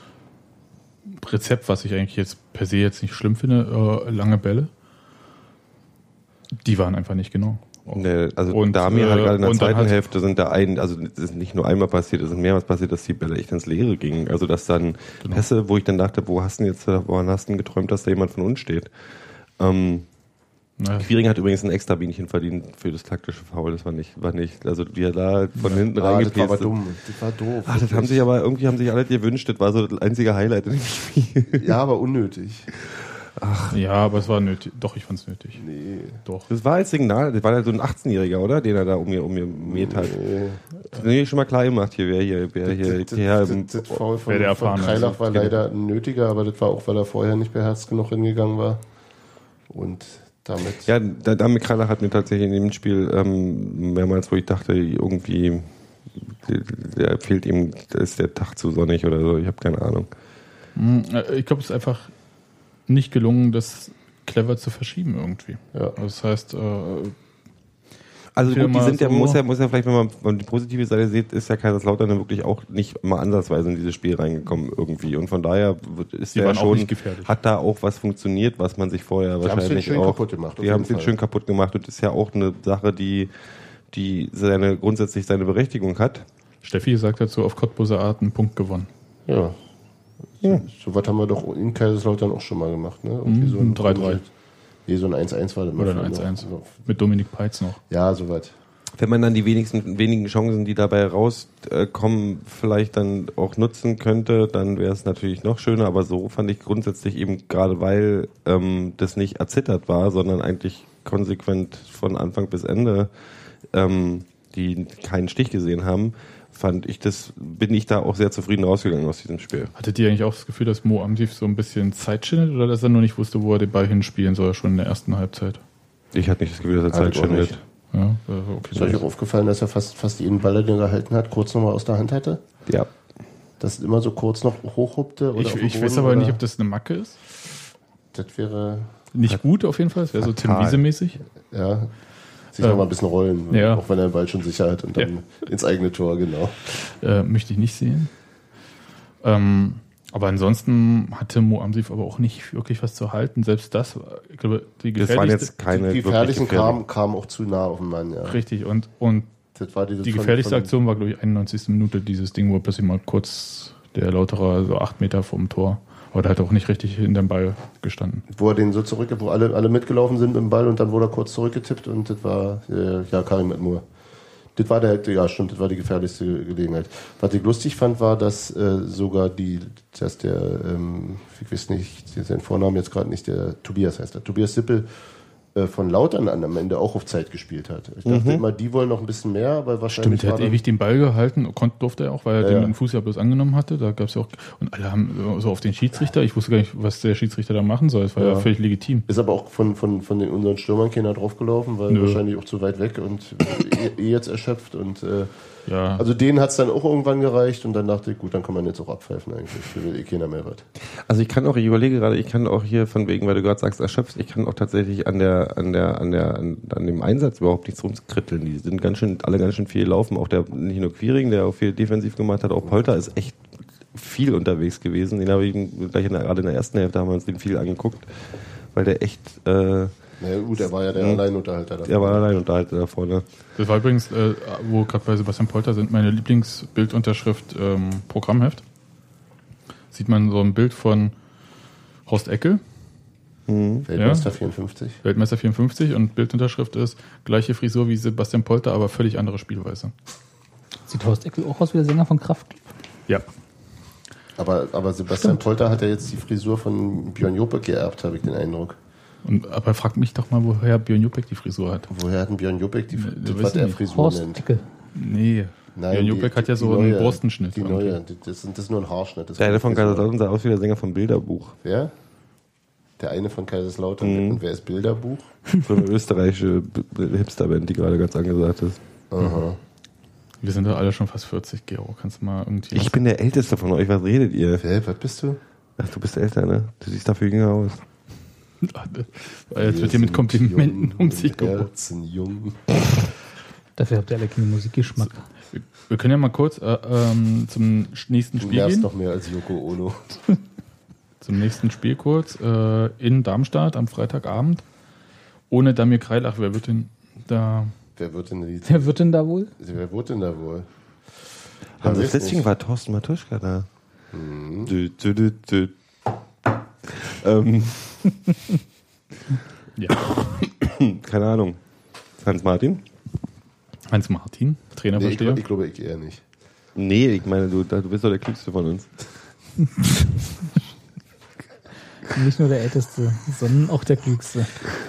Rezept, was ich eigentlich jetzt per se jetzt nicht schlimm finde, äh, lange Bälle, die waren einfach nicht genau. Nee, also Und, Damir hat äh, gerade in der und dann zweiten hat- Hälfte sind da ein, also es ist nicht nur einmal passiert, es ist mehrmals passiert, dass die Bälle echt ins Leere gingen. Also dass dann Genau. Pässe, wo ich dann dachte, wo hast du denn jetzt, woran hast du denn geträumt, dass da jemand von uns steht? Ähm, Naja, Quiring hat übrigens ein extra Bienchen verdient für das taktische Foul, das war nicht, war nicht, also wie er da von hinten Ah, das war aber reingepäst. dumm. Das war doof. Ach, das haben sich aber, irgendwie haben sich alle gewünscht, das war so das einzige Highlight in dem Spiel. Ja, aber unnötig. ja, aber es war nötig. Doch, ich fand es nötig. Nee. Doch. Das war als Signal, das war ja so ein achtzehnjähriger, oder? Den er da um mir, um mir mäht hat. Nee. Das ist nämlich schon mal klar gemacht hier, wer hier, wer hier, Das, hier, das, im- das, das Foul von, Wer der von erfahren Kreilach ist. war leider nötiger, aber das war auch, weil er vorher nicht beherzt genug hingegangen war. Und damit. Ja, der Dame Kreilach hat mir tatsächlich in dem Spiel ähm, mehrmals, wo ich dachte, irgendwie der, der fehlt ihm, da ist der Tag zu sonnig oder so, ich habe keine Ahnung. Hm, äh, Ich glaube, es ist einfach nicht gelungen, das clever zu verschieben irgendwie. Ja. Also das heißt, äh, Also Hier gut, die mal sind ja, so- muss ja, muss ja vielleicht, wenn man, wenn man die positive Seite sieht, ist ja Kaiserslautern dann wirklich auch nicht mal ansatzweise in dieses Spiel reingekommen irgendwie. Und von daher wird- ist Die der waren auch schon, nicht gefährlich. hat da auch was funktioniert, was man sich vorher Die haben's wahrscheinlich schön auch, kaputt gemacht, auf die jeden haben es Fall. schön kaputt gemacht und ist ja auch eine Sache, die, die seine, grundsätzlich seine Berechtigung hat. Steffi sagt dazu, auf Cottbuser Art einen Punkt gewonnen. Ja. Ja. So was haben wir doch in Kaiserslautern auch schon mal gemacht, ne? Irgendwie Mhm, so ein drei drei. Nee, so ein eins eins war das mal Oder ein früher eins eins. noch. Mit Dominik Peitz noch. Ja, so was. Wenn man dann die wenigsten, wenigen Chancen, die dabei rauskommen, vielleicht dann auch nutzen könnte, dann wäre es natürlich noch schöner. Aber so fand ich grundsätzlich eben, gerade weil ähm, das nicht erzittert war, sondern eigentlich konsequent von Anfang bis Ende ähm, die keinen Stich gesehen haben, fand ich das, bin ich da auch sehr zufrieden rausgegangen aus diesem Spiel. Hattet ihr eigentlich auch das Gefühl, dass Mo Amsiv so ein bisschen Zeit schindet oder dass er nur nicht wusste, wo er den Ball hinspielen soll, schon in der ersten Halbzeit? Ich hatte nicht das Gefühl, dass er Hatte Zeit ich auch schindet. nicht. Ja, also okay. Ist euch auch aufgefallen, dass er fast, fast jeden Ball, den er gehalten hat, kurz nochmal aus der Hand hatte? Ja. Dass es immer so kurz noch hochhuppte? Oder Ich, auf dem ich weiß Boden, aber oder? nicht, ob das eine Macke ist. Das wäre, Nicht gut auf jeden Fall. Es wäre so Tim Fatal. Wiese-mäßig. ja, sich Ähm, nochmal ein bisschen rollen. ja. Auch wenn er den Ball schon sicher hat und dann ins eigene Tor, genau. Äh, möchte ich nicht sehen. Ähm, aber ansonsten hatte Mo Amsif aber auch nicht wirklich was zu halten. Selbst das, ich glaube, die Das waren gefährlichste... jetzt keine Die wirklich gefährlichen gefährlichen. kamen, kamen auch zu nah auf den Mann, ja. Richtig, und, und Das war dieses die von- gefährlichste von- Aktion war, glaube ich, einundneunzigste Minute, dieses Ding, wo plötzlich mal kurz der Lauterer so acht Meter vom Tor, aber der hat auch nicht richtig hinterm Ball gestanden. Wo er den so zurück, wo alle, alle mitgelaufen sind mit dem Ball und dann wurde er kurz zurückgetippt und das war, äh, ja, Karim Edmur. Das war der, ja stimmt, das war die gefährlichste Gelegenheit. Was ich lustig fand, war, dass äh, sogar die, dass der, ähm, ich weiß nicht, sein Vornamen jetzt gerade nicht, der Tobias heißt er, Tobias Sippel äh, von Lautern an am Ende auch auf Zeit gespielt hat. Ich dachte immer, die wollen noch ein bisschen mehr, aber wahrscheinlich Stimmt, der war hat dann- ewig den Ball gehalten, konnte, durfte er auch, weil er Ja, den ja. mit dem Fuß ja bloß angenommen hatte. Da gab es ja auch, und alle haben so auf den Schiedsrichter, ich wusste gar nicht, was der Schiedsrichter da machen soll. Das war ja, Ja. völlig legitim. Ist aber auch von, von, von den unseren Stürmern keiner draufgelaufen, weil Nö. wahrscheinlich auch zu weit weg und eh, eh jetzt erschöpft. Und äh, Ja, also denen hat es dann auch irgendwann gereicht und dann dachte ich, gut, dann kann man jetzt auch abpfeifen eigentlich. Für will eh keiner mehr was. Also ich kann auch, ich überlege gerade, ich kann auch hier von wegen, weil du gerade sagst, erschöpft, ich kann auch tatsächlich an der, an der, an der, an, an dem Einsatz überhaupt nichts rumkritteln. Die sind ganz schön, alle ganz schön viel laufen. Auch der, nicht nur Quiring, der auch viel defensiv gemacht hat, auch Polter ist echt viel unterwegs gewesen. Den habe ich gleich in der, gerade in der ersten Hälfte haben wir uns den viel angeguckt, weil der echt, äh, Naja gut, er war ja der Mhm. Alleinunterhalter davon. der war allein unterhalten da vorne. das war übrigens, äh, wo gerade bei Sebastian Polter sind, meine Lieblingsbildunterschrift ähm, Programmheft. Sieht man so ein Bild von Horst Eckel, Weltmeister Ja. vierundfünfzig. Weltmeister vierundfünfzig, und Bildunterschrift ist gleiche Frisur wie Sebastian Polter, aber völlig andere Spielweise. Sieht Horst Eckel auch aus wie der Sänger von Kraftklub? Ja. Aber, aber Sebastian Polter hat ja jetzt die Frisur von Björn Jopek geerbt, habe ich den Eindruck. Und, aber frag mich doch mal, woher Björn Jupek die Frisur hat. Woher hat denn Björn Jopek die, Ne, das, weiß was ich er nicht. Frisur Horst nennt? Eckel. Nee. Björn Jupek hat ja so einen Brustenschnitt. Die irgendwie. neue, die- das, sind, das ist nur ein Haarschnitt. Das Der eine von Frisur. Kaiserslautern sah aus wie der Sänger vom Bilderbuch. Wer? Der eine von Kaiserslautern. Mhm. Und wer ist Bilderbuch? So eine österreichische B- B- Hipsterband, die gerade ganz angesagt ist. Aha. Wir sind doch alle schon fast vierzig, Gero. Kannst du mal irgendwie... Ich bin der Älteste von euch, was redet ihr? Wer, was bist du? Ach, du bist älter, ne? Du siehst dafür jünger aus. Jetzt wird hier mit Komplimenten um sich geworfen. Herzen jung. Dafür habt ihr alle keinen Musikgeschmack. Wir, wir können ja mal kurz äh, ähm, zum nächsten Du Spiel nervst gehen. noch mehr als Yoko Ono. Zum nächsten Spiel kurz. Äh, in Darmstadt am Freitagabend. Ohne Damir Kreilach. Wer wird denn da... Wer wird denn, die, Wer wird denn da wohl? wer wird denn da wohl? Also weiß deswegen nicht. war Thorsten Matuschka da. Dü, dü, dü, dü. Ähm, Ja. keine Ahnung. Hans Martin? Heinz Martin, Nee, ich, Trainerversteher. ich glaube ich eher nicht. Nee, ich meine, du, du bist doch der Klügste von uns. Nicht nur der Älteste, sondern auch der Klügste.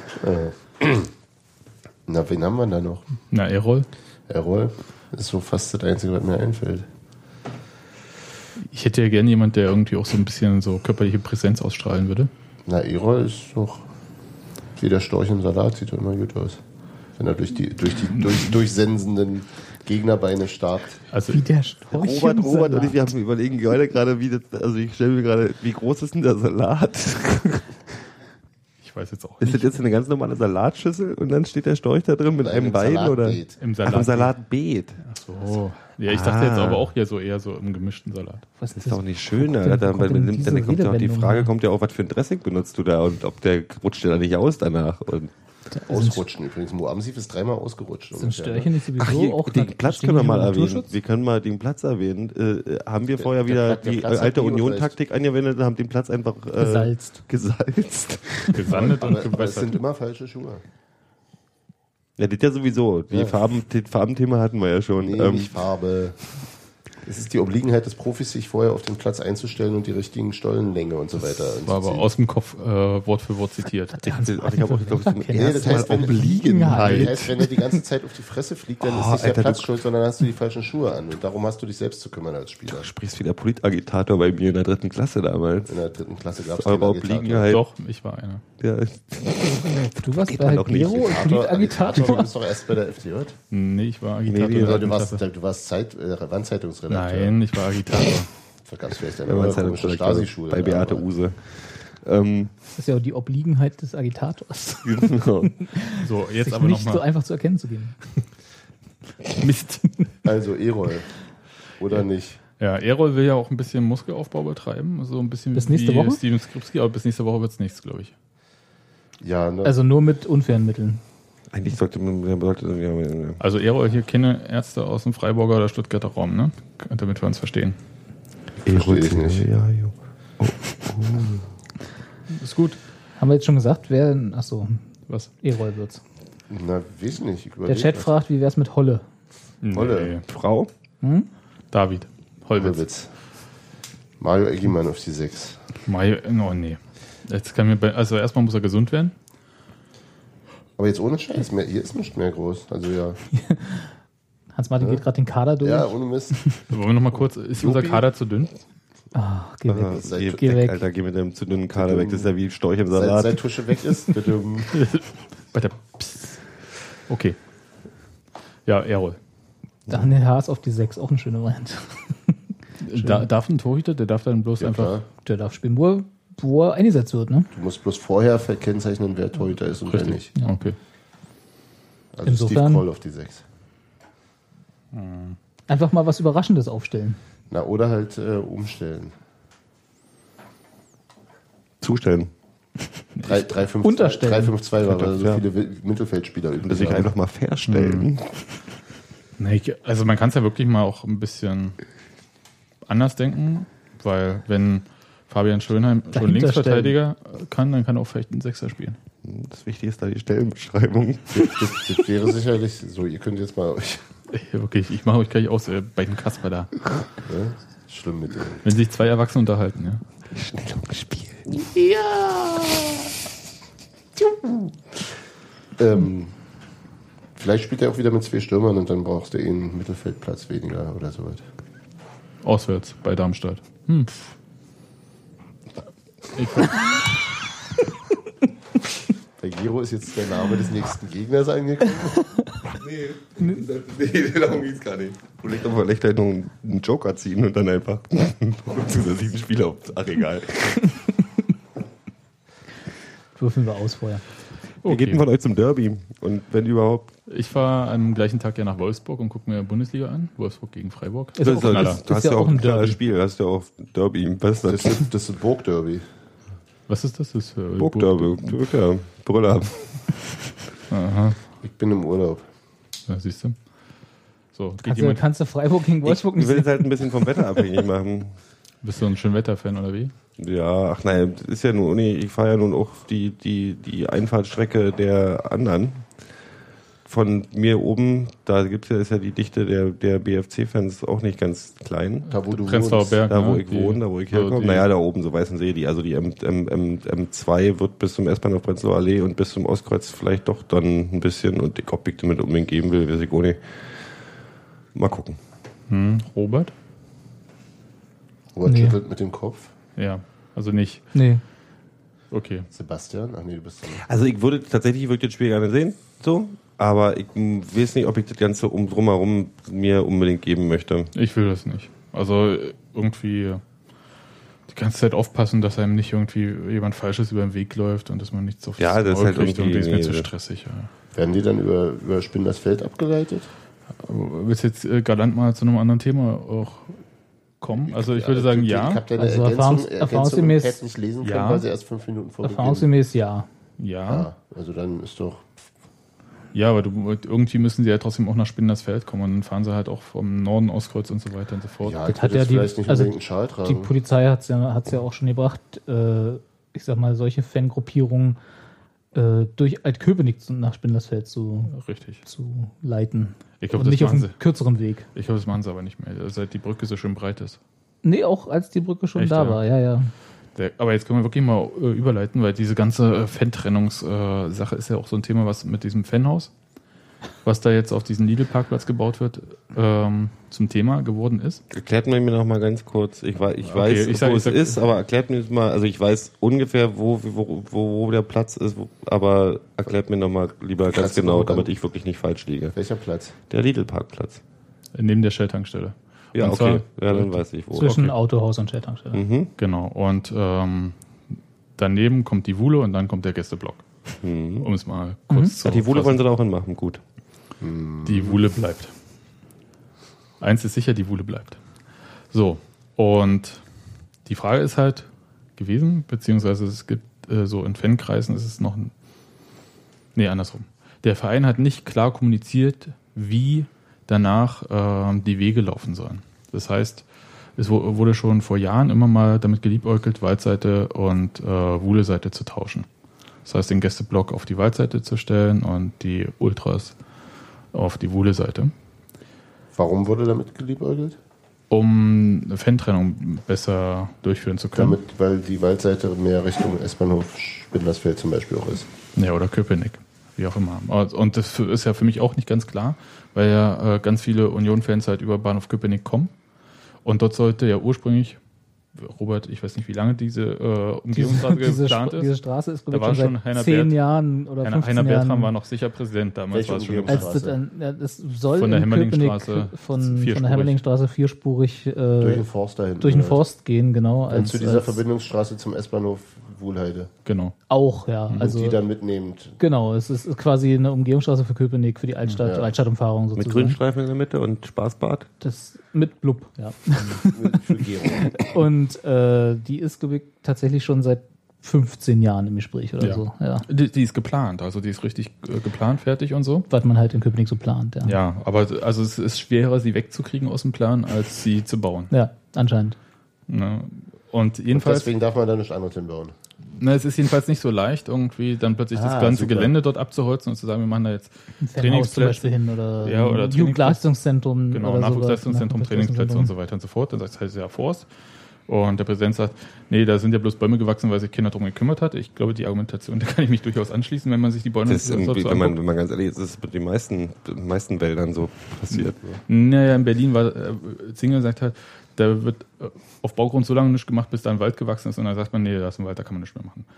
Na, wen haben wir da noch? Na, Errol. Errol ist so fast das Einzige, was mir einfällt. Ich hätte ja gerne jemand, der irgendwie auch so ein bisschen so körperliche Präsenz ausstrahlen würde. Na, Errol ist doch wie der Storch im Salat, sieht doch immer gut aus. Wenn er durch die, durch die durch, durchsensenden Gegnerbeine starrt. Also Wie der Storch Robert, im Robert und Salat. ich, wir haben überlegen gerade, gerade wie das, also ich stelle mir gerade, wie groß ist denn der Salat? ich weiß jetzt auch Ist das nicht. jetzt eine ganz normale Salatschüssel und dann steht der Storch da drin mit einem Im Bein oder? Salatbeet. Im Ach, Salat. im Salatbeet. Ach so. Ja, ich dachte Ah. jetzt aber auch hier so eher so im gemischten Salat. Was Das ist doch nicht schön, Wo kommt Alter. denn- wo Weil kommt man denn nimmt, dann diese kommt ja auch die Redewendung Frage, her? kommt ja auch, was für ein Dressing benutzt du da und ob der rutscht ja da nicht aus danach. Und Ausrutschen übrigens. Mo Amsif ist dreimal ausgerutscht. Sind ungefähr, Störchen nicht sowieso Ach, hier, auch den nat- Platz stehen können wir die mal unter erwähnen. Naturschutz? Wir können mal den Platz erwähnen. Äh, haben wir Der- vorher der wieder Platz- der die Platz hat alte nie Union-Taktik angewendet und haben den Platz einfach äh, Gesalzt. gesalzt. Gesandet Aber, und aber es gewässert. sind immer falsche Schuhe. Ja, das ja sowieso. Die Ja. Farben, das Farbenthema hatten wir ja schon. Nee, ähm, nicht Farbe. Es ist die Obliegenheit des Profis, sich vorher auf den Platz einzustellen und die richtigen Stollenlänge und so weiter. War aber aus dem Kopf äh, Wort für Wort zitiert. Ich habe auch, glaube ich, zum Nee, das ersten heißt, Mal wenn, Obliegenheit. das heißt, wenn er die ganze Zeit auf die Fresse fliegt, dann Oh, ist nicht der Alter, Platz du- schuld, sondern dann hast du die falschen Schuhe an. Und darum hast du dich selbst zu kümmern als Spieler. Du sprichst wie der Politagitator bei mir in der dritten Klasse damals. In der dritten Klasse gab es Eure Obliegenheit. Doch, ich war einer. Ja. Du warst Geht bei man auch nicht. Gero und Agitator. Du Politagitator. bist doch erst bei der F T J. Nee, ich war Agitator. Nee, in nee, der Oder dritten du warst, Klasse. du warst Zeit, äh, Wandzeitungsredakteur. Nein, ich war Agitator. Da gab es vielleicht eine Wenn man neue Zeit komische Stasi-Schule. bei Beate aber- Use. Ähm, Das ist ja auch die Obliegenheit des Agitators. genau. So, jetzt Sich aber nicht so nochmal. einfach zu erkennen zu geben. Mist. Also Erol. Oder nicht? Ja, Erol will ja auch ein bisschen Muskelaufbau betreiben. So ein bisschen Bis nächste wie Woche? Steven Skripski, aber bis nächste Woche wird es nichts, glaube ich. Ja, ne? Also nur mit unfairen Mitteln. Eigentlich sollte man, man sollte, ja, ja. Also Erol, hier keine Ärzte aus dem Freiburger oder Stuttgarter Raum, ne? Damit wir uns verstehen. Verstehe ich nicht. Ja, jo. Ist gut. Haben wir jetzt schon gesagt, wer. Achso, Was? Erol wird's. Na, weiß ich nicht. Ich Der überleg Chat was. fragt, wie wär's mit Holle? Holle. Frau? David. Holwitz. Holwitz. Mario Eggimann auf die sechs. Mai, oh nee. Jetzt kann mir bei, also erstmal muss er gesund werden. Aber jetzt ohne Scheiß. Mehr, hier ist nicht mehr groß. Also ja. Hans-Martin geht gerade den Kader durch. Ja, ohne Mist. Wollen wir noch mal kurz, ist unser Jopi? Kader zu dünn? Ach, geh weg. Aha, Seit- geh, geh weg, weg. Alter, geh mit dem zu dünnen Kader weg. Das ist ja wie Storch im Seit, Salat. seit Tusche weg ist, bitte. Bei der Psst. Okay. Ja, Erol. Daniel Haas auf die sechs, auch eine schöne Variante. Da, darf ein Torhüter, der darf dann bloß Ja, einfach. klar. Der darf spielen, wo er, wo er eingesetzt wird, ne? Du musst bloß vorher verkennzeichnen, wer Torhüter ist und wer nicht. Ja. Okay. Also Insofern- Steve Kroll auf die sechs. Einfach mal was Überraschendes aufstellen. Na, oder halt äh, umstellen. Zustellen. drei fünf zwei Unterstellen. drei fünf zwei war, weil so Ja. viele Wi- Mittelfeldspieler Und übrig sich waren. einfach mal verstellen. Nee, ich- also man kann es ja wirklich mal auch ein bisschen anders denken, weil wenn Fabian Schönheim schon Dahinter Linksverteidiger kann, dann kann er auch vielleicht einen Sechser spielen. Das Wichtige ist da die Stellenbeschreibung. Das, das wäre sicherlich so. Ihr könnt jetzt mal euch. Ja, wirklich, ich mache euch gleich aus äh, bei dem Kasper da. Ne? Schlimm mit dem. Wenn sich zwei Erwachsene unterhalten, ja. Stellungsspiel. Ähm, vielleicht spielt er auch wieder mit zwei Stürmern und dann brauchst du eh einen Mittelfeldplatz weniger oder so was. Auswärts bei Darmstadt. Hm. Ich, Bei Giro ist jetzt der Name des nächsten Gegners angekommen. Nee, nee, darum ging es gar nicht. Vielleicht doch vielleicht halt noch einen Joker ziehen und dann einfach zusätzlichen Spieler auf. Ach, egal. Würfeln wir aus vorher. Wir gehen von euch zum Derby. Und wenn überhaupt. ich fahre am gleichen Tag ja nach Wolfsburg und gucke mir Bundesliga an. Wolfsburg gegen Freiburg. Ist auch ja- Knaller. du hast ja ja auch auch ein ein klares Derby. Spiel. Hast ja auch Derby. Was ist Das das? ist, das ist ein Burgderby. Was ist das? das ist äh, Burgderby. Ja, Brüller. Aha, Ich bin im Urlaub. ja, siehst du. So, geht Kannst du, jemand, kannst du Freiburg gegen Wolfsburg Ich nicht will sehen? es halt ein bisschen vom Wetter abhängig machen. bist du ein Schönwetter-Fan oder wie? Ja, ach nein, das ist ja nur, nee, ich fahre ja nun auch die, die, die Einfahrtstrecke der anderen. Von mir oben, da gibt's ja, ist ja die Dichte der, der B F C-Fans auch nicht ganz klein. Da, wo du Prenzlauer wohnst. Berg, Da, wo ne? ich Die- wohne, da, wo ich so herkomme. die- Naja, da oben, so Weißensee, die, also die M, M, M, M2 wird bis zum S-Bahnhof Prenzlauer Allee und bis zum Ostkreuz vielleicht doch dann ein bisschen, und ob ich damit unbedingt geben will, weiß ich auch nicht. Mal gucken. Hm, Robert? Robert Nee. schüttelt mit dem Kopf. Ja, also nicht. Nee. Okay. Sebastian? Ach nee, du bist. Also ich würde tatsächlich würde ich das Spiel gerne sehen, so, aber ich m, weiß nicht, ob ich das Ganze um drumherum mir unbedingt geben möchte. Ich will das nicht. Also äh, irgendwie die ganze Zeit aufpassen, dass einem nicht irgendwie jemand Falsches über den Weg läuft und dass man nichts auf Ja, das ist halt kriegt und irgendwie- das ist mir nee, zu das- stressig. Ja. Werden die dann über, über Spinders Feld abgeleitet? Aber willst du jetzt äh, galant mal zu einem anderen Thema auch kommen? Also ich würde sagen, Ich ja. habe deine Also Ergänzung, erfahrungs- Ergänzung im erfahrungsgemäß- Pad nicht lesen können, Ja. weil sie erst fünf Minuten vorgegeben Erfahrungsgemäß ja. Ja. Ja, also dann ist doch. Ja, aber du, irgendwie müssen sie ja trotzdem auch nach Spindersfeld kommen und dann fahren sie halt auch vom Norden aus Kreuz und so weiter und so fort. Ja, Das ich hat würde ja jetzt die- vielleicht nicht also unbedingt einen Schal Die tragen. Polizei hat es ja, hat's ja auch schon gebracht, äh, ich sag mal, solche Fangruppierungen äh, durch Altköpenick zu- nach Spindlersfeld zu, Richtig. zu leiten. Ich glaube, Und das nicht auf machen einem sie. kürzeren Weg. Ich glaube, das machen sie aber nicht mehr, seit die Brücke so schön breit ist. Nee, auch als die Brücke schon Echt, da ja? war, ja, ja. Der, aber jetzt können wir wirklich mal äh, überleiten, weil diese ganze äh, Fan-Trennungs-Sache ist ja auch so ein Thema, was mit diesem Fanhaus, was da jetzt auf diesen Lidl-Parkplatz gebaut wird, ähm, zum Thema geworden ist. Erklärt mir noch mal ganz kurz. Ich, wei- ich Okay, weiß, ich sag- wo ich es sag- ist, aber erklärt mir das mal. Also ich weiß ungefähr, wo, wo, wo, wo der Platz ist, wo, aber erklärt mir noch mal lieber ganz Platz genau, wo dann? damit ich wirklich nicht falsch liege. Welcher Platz? Der Lidl-Parkplatz. Neben der Shell-Tankstelle. Ja, Und okay. zwar- Ja, dann weiß ich wo. Zwischen okay. Autohaus und Shell-Tankstelle. Mhm. Genau. Und ähm, daneben kommt die Wuhle und dann kommt der Gästeblock. Mhm. Um es mal kurz zu Ja, die Wuhle fassen. wollen sie da auch hinmachen. Gut. Die Wuhle bleibt. Eins ist sicher, die Wuhle bleibt. So, und die Frage ist halt gewesen, beziehungsweise es gibt äh, so in Fankreisen ist es noch ein, nee, andersrum. Der Verein hat nicht klar kommuniziert, wie danach ähm, die Wege laufen sollen. Das heißt, es wu- wurde schon vor Jahren immer mal damit geliebäugelt, Waldseite und äh, Wuhle-Seite zu tauschen. Das heißt, den Gästeblock auf die Waldseite zu stellen und die Ultras auf die Wuhle-Seite, Warum wurde damit geliebäugelt? um eine Fan-Trennung besser durchführen zu können. Damit, weil die Waldseite mehr Richtung S-Bahnhof Spindlersfeld zum Beispiel auch ist. Ja, oder Köpenick, wie auch immer. Und das ist ja für mich auch nicht ganz klar, weil ja äh, ganz viele Union-Fans halt über Bahnhof Köpenick kommen. Und dort sollte ja ursprünglich, Robert, ich weiß nicht, wie lange diese äh, Umgehungsstraße Diese, geplant Stra- ist. diese Straße ist, Da glaube war ich, schon schon Heiner seit zehn Bert- Jahren oder Heiner, fünfzehn Heiner Bertram Jahren. war noch sicher Präsident damals. Welche War es schon Umgehungsstraße? geplant. Als das, ein, ja, das soll Von der in Hemmerlingstraße Köpenick von, von vierspurig. der Hemmerlingstraße vierspurig äh, Durch den Forst dahin. durch den Forst gehen, genau. Und Als, zu dieser als Verbindungsstraße zum S-Bahnhof Wuhlheide. Genau. auch, ja. Und Also die dann mitnehmend. genau, es ist quasi eine Umgehungsstraße für Köpenick, für die Altstadt, Ja. Altstadtumfahrung Mit sozusagen. Grünstreifen in der Mitte und Spaßbad. Das mit Blub, ja. Mit für Gero. Und äh, die ist, glaube ich, tatsächlich schon seit fünfzehn Jahren im Gespräch oder Ja. so. Ja. Die, die ist geplant, also die ist richtig äh, geplant, fertig und so. Was man halt in Köpenick so plant, ja. Ja, aber also es ist schwerer, sie wegzukriegen aus dem Plan, als sie zu bauen. Ja, anscheinend. Ne? Und Und jedenfalls, deswegen darf man da nicht anderes hinbauen. na, es ist jedenfalls nicht so leicht, irgendwie dann plötzlich das Ah, ganze super. Gelände dort abzuholzen und zu sagen, wir machen da jetzt Ein Fanhaus zum Trainingsplätze. Beispiel hin oder, Ja, oder ein Trainingsplätze. Jugendleistungszentrum. Genau, oder Nachwuchsleistungszentrum, sowas. Trainingsplätze und so weiter und so fort. Das heißt ja Forst. Und der Präsident sagt, nee, da sind ja bloß Bäume gewachsen, weil sich keiner drum gekümmert hat. Ich glaube, die Argumentation, da kann ich mich durchaus anschließen, wenn man sich die Bäume Das ist, so irgendwie, so wenn, man, anguckt. wenn man ganz ehrlich ist, ist es mit den meisten, den meisten Wäldern so passiert. Naja, in Berlin war, äh, Zingel sagt halt, da wird äh, auf Baugrund so lange nichts gemacht, bis da ein Wald gewachsen ist und dann sagt man, nee, da ist ein Wald, da kann man nichts mehr machen.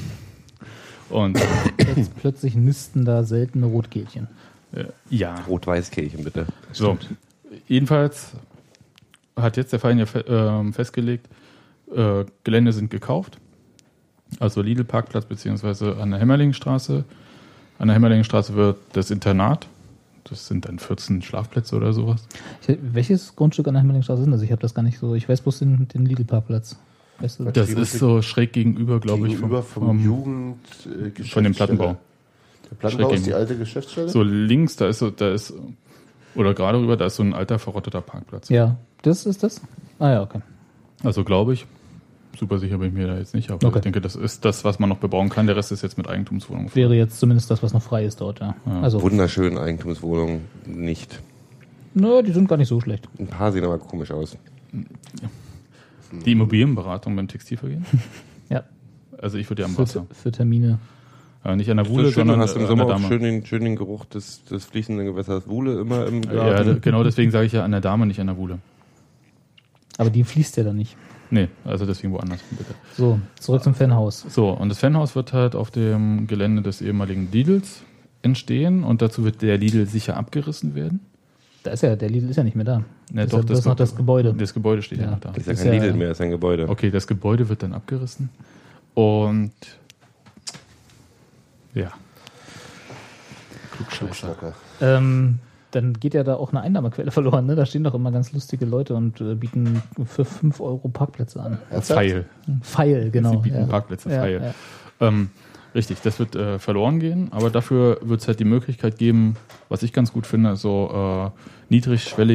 Und Jetzt plötzlich nisten da seltene Rotkehlchen. äh, ja, Rot-Weiß-Kirchen, bitte. so. Jedenfalls hat jetzt der Verein ja fe ähm, festgelegt, äh, Gelände sind gekauft. Also Lidl-Parkplatz beziehungsweise an der Hemmerlingstraße. An der Hemmerlingstraße wird das Internat. Das sind dann vierzehn Schlafplätze oder sowas. Ich, welches Grundstück an der Hemmerlingstraße sind das? Ich habe das gar nicht so. Ich weiß bloß den, den Lidl-Parkplatz. Weißt du? Das ist so schräg gegenüber, glaube ich, Gegenüber vom, vom, Jugend. Äh, von dem Plattenbau. Der Plattenbau Schräg ist die gegen- alte Geschäftsstelle? So links, da ist so, da ist, oder gerade rüber, da ist so ein alter verrotteter Parkplatz. Ja, das ist das? Ah ja, okay. Also glaube ich, super sicher bin ich mir da jetzt nicht, aber Okay. ich denke, das ist das, was man noch bebauen kann. Der Rest ist jetzt mit Eigentumswohnungen. Wäre jetzt zumindest das, was noch frei ist dort, ja. Also, Wunderschöne Eigentumswohnungen nicht. nö, die sind gar nicht so schlecht. Ein paar sehen aber komisch aus. Die Immobilienberatung beim Textilvergehen? Ja, Also ich würde ja am für, Wasser. für Termine. Äh, nicht an der Das Wuhle, ist schön, du sondern hast im äh, an Sommer der auch Dame. schön den, schön den Geruch des, des fließenden Gewässers Wuhle immer im Ja, Garten. d- genau deswegen sage ich ja an der Dame, nicht an der Wuhle. Aber die fließt ja dann nicht. Nee, also deswegen woanders, bitte. So, zurück zum Fanhaus. So, und das Fanhaus wird halt auf dem Gelände des ehemaligen Lidls entstehen und dazu wird der Lidl sicher abgerissen werden. Da ist ja, der Lidl ist ja nicht mehr da. Ne, Deshalb ist noch das Gebäude. Das Gebäude steht ja, Ja. noch da. Das ist ja ist kein ja- Lidl mehr, ist ein Gebäude. Okay, das Gebäude wird dann abgerissen. Und ja. Klugscheißer. Ähm, dann geht ja da auch eine Einnahmequelle verloren. Ne? Da stehen doch immer ganz lustige Leute und äh, bieten für fünf Euro Parkplätze an. Pfeil. Pfeil, genau. Sie bieten ja. Parkplätze, Ja, Pfeil. ja. Ähm, richtig, das wird äh, verloren gehen, aber dafür wird es halt die Möglichkeit geben, was ich ganz gut finde, so äh,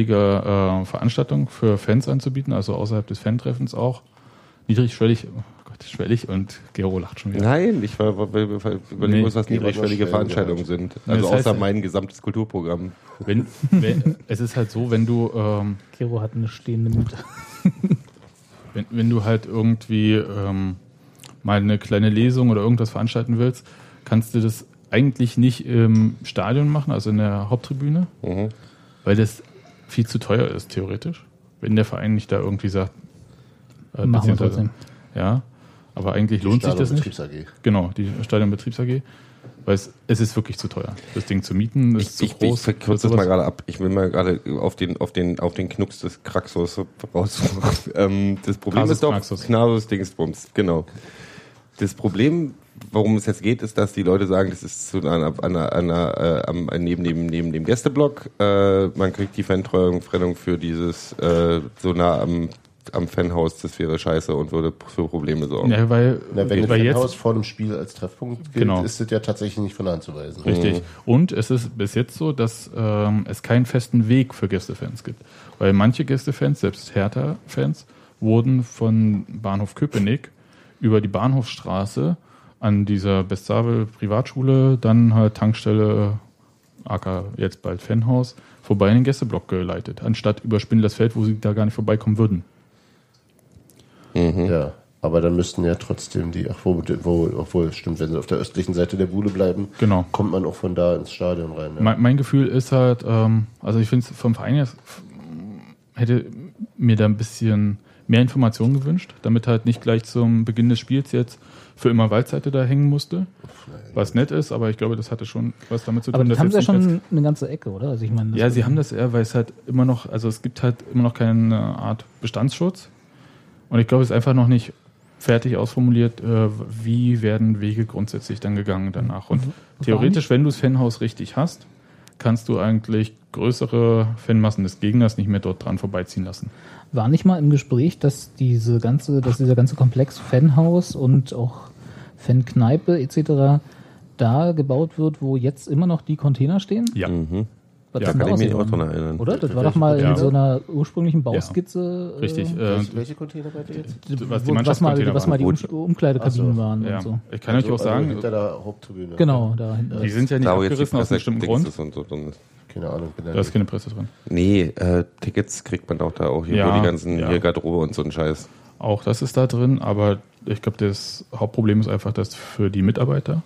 niedrigschwellige äh, Veranstaltungen für Fans anzubieten, also außerhalb des Fantreffens auch. Niedrigschwellig, oh Gott, niedrigschwellig und Gero lacht schon wieder. Nein, ich war, war, war, war überlegen, Nee, muss, was die niedrigschwellige waren noch Veranstaltungen sind. Nee, Also das heißt, außer mein gesamtes Kulturprogramm. Wenn, wenn, es ist halt so, wenn du ähm, Gero hat eine stehende Miete. wenn, wenn du halt irgendwie ähm, mal eine kleine Lesung oder irgendwas veranstalten willst, kannst du das eigentlich nicht im Stadion machen, also in der Haupttribüne, Mhm. weil das viel zu teuer ist, theoretisch. Wenn der Verein nicht da irgendwie sagt, äh, Machen wir beziehungsweise- trotzdem. Ja, aber eigentlich lohnt sich das nicht. Betriebs-A G. Genau, die Stadionbetriebs-A G. Weil es, es ist wirklich zu teuer. Das Ding zu mieten ist Ich, zu ich, ich groß. verkürze das mal gerade ab. Ich will mal gerade auf den, auf den, auf den Knucks des Kraxus raus. ähm, das Problem Kasus ist doch, Knaxus. Knasus Dingsbums, genau. Das Problem, worum es jetzt geht, ist, dass die Leute sagen, das ist zu einer, einer, einer, äh, am, neben dem, neben dem Gästeblock, äh, man kriegt die Fantreuung für dieses, äh, so nah am, am Fanhaus, das wäre scheiße und würde für Probleme sorgen. Ja, weil, Na, wenn weil ein jetzt, Fanhaus vor dem Spiel als Treffpunkt gilt, Genau. ist das ja tatsächlich nicht von der Hand zu weisen. Richtig. Und es ist bis jetzt so, dass ähm, es keinen festen Weg für Gästefans gibt. Weil manche Gästefans, selbst Hertha-Fans, wurden von Bahnhof Köpenick über die Bahnhofstraße an dieser Bestavel Privatschule, dann halt Tankstelle, aka jetzt bald Fanhaus, vorbei in den Gästeblock geleitet, anstatt über Spindlersfeld, wo sie da gar nicht vorbeikommen würden. Ja, aber dann müssten ja trotzdem die, ach, wo, wo, obwohl, stimmt, wenn sie auf der östlichen Seite der Bude bleiben, Genau. kommt man auch von da ins Stadion rein. Ja. Mein, mein Gefühl ist halt, ähm, also ich finde es vom Verein her, hätte mir da ein bisschen mehr Informationen gewünscht, damit halt nicht gleich zum Beginn des Spiels jetzt für immer Waldseite da hängen musste, was nett ist, aber ich glaube, das hatte schon was damit zu tun. Aber das dass haben sie ja jetzt nicht schon eine ganze Ecke, oder? Also ich meine, als, ja, sie haben das eher, weil es halt immer noch, also es gibt halt immer noch keine Art Bestandsschutz und ich glaube, es ist einfach noch nicht fertig ausformuliert, äh, wie werden Wege grundsätzlich dann gegangen danach. Und Mhm. theoretisch, wenn du das Fanhaus richtig hast, kannst du eigentlich größere Fanmassen des Gegners nicht mehr dort dran vorbeiziehen lassen. War nicht mal im Gespräch, dass diese ganze, dass dieser ganze Komplex Fanhaus und auch Fankneipe et cetera da gebaut wird, wo jetzt immer noch die Container stehen? Ja. Mhm. Was Ja, ist denn kann da ich mich auch ausgegangen? dran erinnern. Oder? Das war doch mal Ja. in so einer ursprünglichen Bauskizze. äh, Richtig. Äh, Welche, welche Container bei dir jetzt? was die wo- was mal, Mannschaftscontainer was mal die waren. Um Umkleidekabinen Ach so. waren ja. und so. Ich kann euch auch Also sagen, hinter der Haupttribüne. Genau, da hinten. die sind ja nicht Da, wo jetzt die abgerissen aus einem bestimmten Grund. Presse und so drin ist. Keine Ahnung. Bin Da ist keine Presse drin. Nee, äh, Tickets kriegt man auch da auch hier, Ja, wo die ganzen ja. hier Garderobe und so ein Scheiß. Auch das ist da drin, aber ich glaube, das Hauptproblem ist einfach, dass für die Mitarbeiter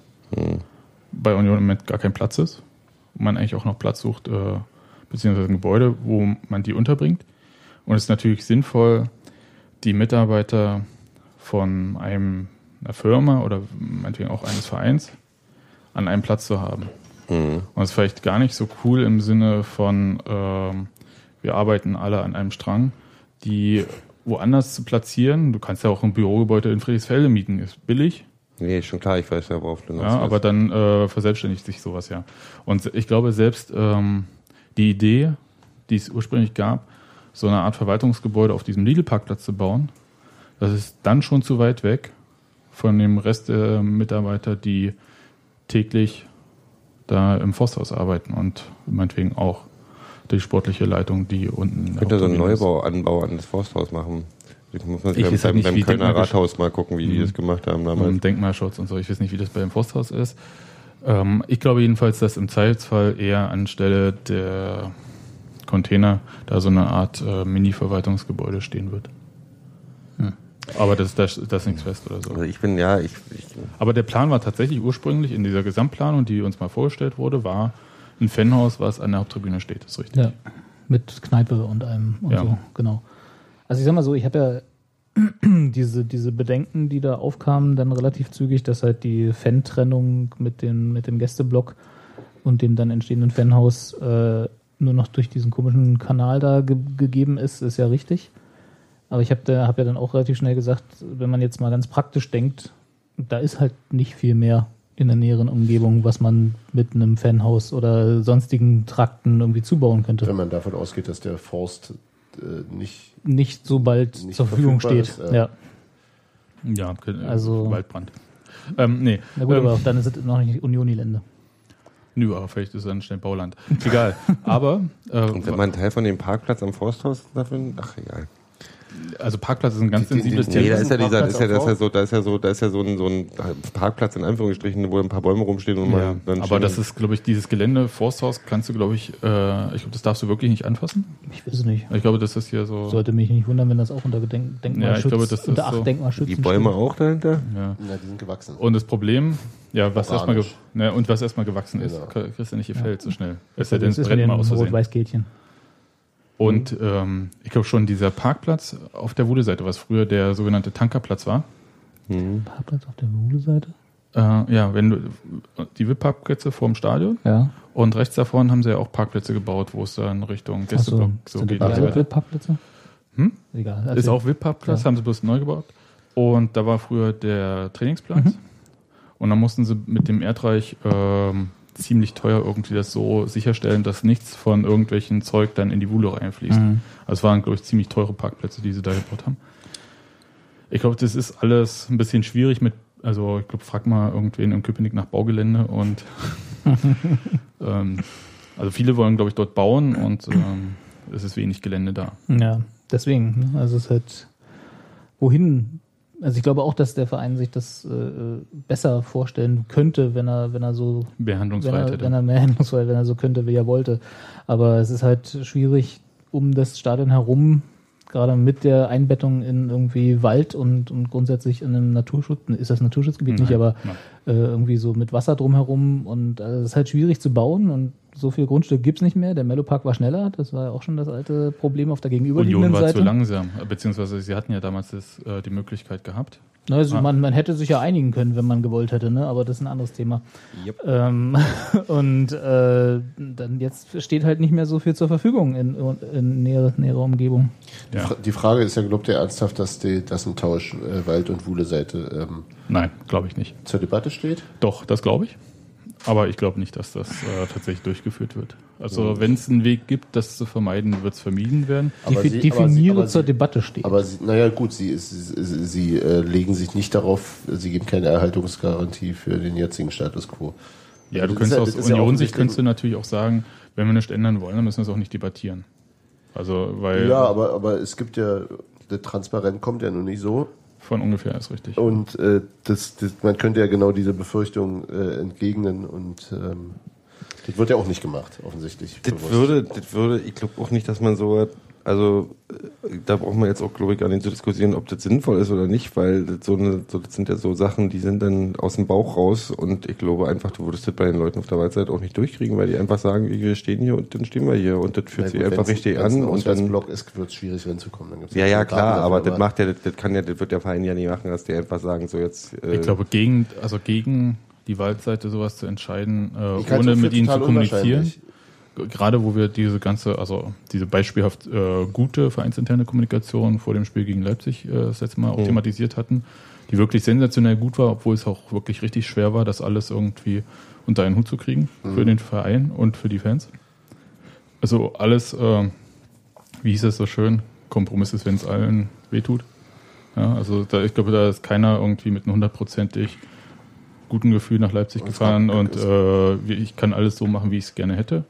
bei Union im Moment gar kein Platz ist. Und man eigentlich auch noch Platz sucht, äh, beziehungsweise ein Gebäude, wo man die unterbringt. Und es ist natürlich sinnvoll, die Mitarbeiter von einem, einer Firma oder meinetwegen auch eines Vereins an einem Platz zu haben. Und es ist vielleicht gar nicht so cool im Sinne von, ähm, wir arbeiten alle an einem Strang, die woanders zu platzieren. Du kannst ja auch ein Bürogebäude in Friedrichsfelde mieten, ist billig. Nee, ist schon klar, ich weiß ja, worauf du Ja, aber dann äh, verselbstständigt sich sowas ja. Und ich glaube selbst ähm, die Idee, die es ursprünglich gab, so eine Art Verwaltungsgebäude auf diesem Lidl-Parkplatz zu bauen, das ist dann schon zu weit weg von dem Rest der Mitarbeiter, die täglich da im Forsthaus arbeiten und meinetwegen auch die sportliche Leitung, die unten... in der Könnte so einen Haupttribüne ist. Neubau, Anbau an das Forsthaus machen. Ich muss man Ich beim, weiß halt beim, nicht, beim wie Kölner Denkmalgesch- Rathaus mal gucken, wie die das gemacht haben damals. Um Denkmalschutz und so. Ich weiß nicht, wie das beim Forsthaus ist. Ähm, ich glaube jedenfalls, dass im Zweifelsfall eher anstelle der Container da so eine Art äh, Mini-Verwaltungsgebäude stehen wird. Hm. Aber das, das, das ist nichts fest oder so. Also ich bin, ja, ich, ich Aber der Plan war tatsächlich ursprünglich in dieser Gesamtplanung, die uns mal vorgestellt wurde, war ein Fanhaus, was an der Haupttribüne steht. Das ist richtig. Ja, mit Kneipe und allem und Ja. so, genau. Also ich sag mal so, ich habe ja diese, diese Bedenken, die da aufkamen, dann relativ zügig, dass halt die Fan-Trennung mit dem, mit dem Gästeblock und dem dann entstehenden Fanhaus äh, nur noch durch diesen komischen Kanal da ge- gegeben ist, ist ja richtig. Aber ich habe da, hab ja dann auch relativ schnell gesagt, wenn man jetzt mal ganz praktisch denkt, da ist halt nicht viel mehr in der näheren Umgebung, was man mit einem Fanhaus oder sonstigen Trakten irgendwie zubauen könnte. Wenn man davon ausgeht, dass der Forst äh, nicht... Nicht so bald Nicht zur Verfügung verfügbar steht. ist, äh. ja. Ja, äh, Also- Waldbrand. Ähm, nee. Na gut, ähm, aber auch dann ist es noch nicht Unionilände. nö, aber vielleicht ist es dann schnell Bauland. Egal. Aber äh, und wenn man einen Teil von dem Parkplatz am Forsthaus dafür, ach egal. Also Parkplatz ist ein ganz Die- die- sensibles die- Nee, Thema. da ist ja dieser, Parkplatz das ist ja, das ist ja auch so, da ist ja so, da ist ja so ein, so ein Parkplatz in Anführungsstrichen, wo ein paar Bäume rumstehen und Ja, man dann aber stehen- das ist, glaube ich, dieses Gelände, Forsthaus, kannst du, glaube ich, äh, ich glaube, das darfst du wirklich nicht anfassen. Ich weiß es nicht. Ich glaube, das ist hier so. Sollte mich nicht wundern, wenn das auch unter Denk Denkmalschutz, Ja, ich glaube, das ist unter so. acht Denkmalschützen die Bäume steht. auch dahinter. Ja. Na, die sind gewachsen. Und das Problem, ja, was erstmal ge Organisch. ne, und was erstmal gewachsen ist, Genau. kriegst du nicht gefällt so schnell. Es Das sei denn, es ist mit brennt den mal aus Versehen. Rot-Weiß-Kehlchen. Und ähm, ich glaube schon, dieser Parkplatz auf der Wuhle-Seite, was früher der sogenannte Tankerplatz war, Parkplatz auf der Wuhle-Seite? äh, ja, wenn du die W I P-Parkplätze vorm Stadion Ja. und rechts davon haben sie ja auch Parkplätze gebaut, wo es dann Richtung Gästeblock so sind geht. das und so alle weiter. Parkplätze? Hm? Egal. Ist erzähl. auch W I P-Parkplatz, Ja. haben sie bloß neu gebaut. Und da war früher der Trainingsplatz. Und dann mussten sie mit dem Erdreich ähm, ziemlich teuer irgendwie das so sicherstellen, dass nichts von irgendwelchen Zeug dann in die Wuhle reinfließt. Mhm. Also es waren, glaube ich, ziemlich teure Parkplätze, die sie da gebaut haben. Ich glaube, das ist alles ein bisschen schwierig mit, also ich glaube, frag mal irgendwen in Köpenick nach Baugelände und ähm, also viele wollen, glaube ich, dort bauen und ähm, es ist wenig Gelände da. Ja, deswegen. ne? Also es ist halt, wohin, also ich glaube auch, dass der Verein sich das äh, besser vorstellen könnte, wenn er, wenn er so, wenn Behandlungsfreiheit er, hätte. wenn er mehr Handlungsfreiheit, wenn er so könnte, wie er wollte. Aber es ist halt schwierig, um das Stadion herum, gerade mit der Einbettung in irgendwie Wald und, und grundsätzlich in einem Naturschutz, ist das Naturschutzgebiet nicht, Nein, aber nein. äh, irgendwie so mit Wasser drumherum und also es ist halt schwierig zu bauen und so viel Grundstück gibt's nicht mehr. Der Mellopark war schneller, das war ja auch schon das alte Problem auf der gegenüberliegenden Union war Seite. zu langsam, beziehungsweise sie hatten ja damals das, äh, die Möglichkeit gehabt. Na, Also Ah. man, man hätte sich ja einigen können, wenn man gewollt hätte, ne? Aber das ist ein anderes Thema. Yep. Ähm, und äh, dann jetzt steht halt nicht mehr so viel zur Verfügung in, in nähere, näherer Umgebung. Ja. Fra- Die Frage ist ja, glaubt ihr ernsthaft, dass, die, dass ein Tausch äh, Wald- und Wuhle-Seite ähm, Nein, glaube ich nicht. zur Debatte steht? Doch, das glaube ich. Aber ich glaube nicht, dass das äh, tatsächlich durchgeführt wird. Also wenn es einen Weg gibt, das zu vermeiden, wird es vermieden werden. Aber Defi- sie- aber definiere sie- aber zur sie- Debatte steht. Aber sie, naja, gut, sie, sie, sie, sie äh, legen sich nicht darauf, sie geben keine Erhaltungsgarantie für den jetzigen Status quo. Ja, du Das könntest ist ja- aus das ist ja Union-Sicht offensichtlich- könntest du natürlich auch sagen, wenn wir nicht ändern wollen, dann müssen wir es auch nicht debattieren. Also, weil Ja, aber, aber es gibt ja, der Transparent kommt ja nun nicht so. von ungefähr ist richtig. Und äh, das, das, man könnte ja genau diese Befürchtung äh, entgegnen und ähm, das wird ja auch nicht gemacht, offensichtlich. Das bewusst. würde, das würde, ich glaube auch nicht, dass man so, also äh, da braucht man jetzt auch, glaube ich, gar nicht zu diskutieren, ob das sinnvoll ist oder nicht, weil das, so eine, so, das sind ja so Sachen, die sind dann aus dem Bauch raus und ich glaube einfach, du würdest das bei den Leuten auf der Waldseite auch nicht durchkriegen, weil die einfach sagen, wir stehen hier und dann stehen wir hier und das fühlt Na sich gut, einfach wenn's- richtig wenn's an ein und dann, Auswärtsblock ist, wird es schwierig ranzukommen. Dann gibt's ja, ja, keine klar, Karten aber dafür, das macht ja, das, das kann ja, das wird der Verein ja nicht machen, dass die einfach sagen, so jetzt, äh, Ich glaube, gegen, also gegen die Waldseite sowas zu entscheiden, äh, Ich halte ohne es für mit ihnen zu total kommunizieren. unwahrscheinlich. G- Gerade wo wir diese ganze, also diese beispielhaft äh, gute vereinsinterne Kommunikation vor dem Spiel gegen Leipzig äh, das letzte Mal auch Mhm. thematisiert hatten, die wirklich sensationell gut war, obwohl es auch wirklich richtig schwer war, das alles irgendwie unter einen Hut zu kriegen für den Verein und für die Fans. Also alles, äh, wie hieß es so schön, Kompromiss ist, wenn es allen wehtut. Ja, also da, ich glaube, da ist keiner irgendwie mit einem hundertprozentig guten Gefühl nach Leipzig Und es gefahren gab- und es- äh, wie- ich kann alles so machen, wie ich es gerne hätte.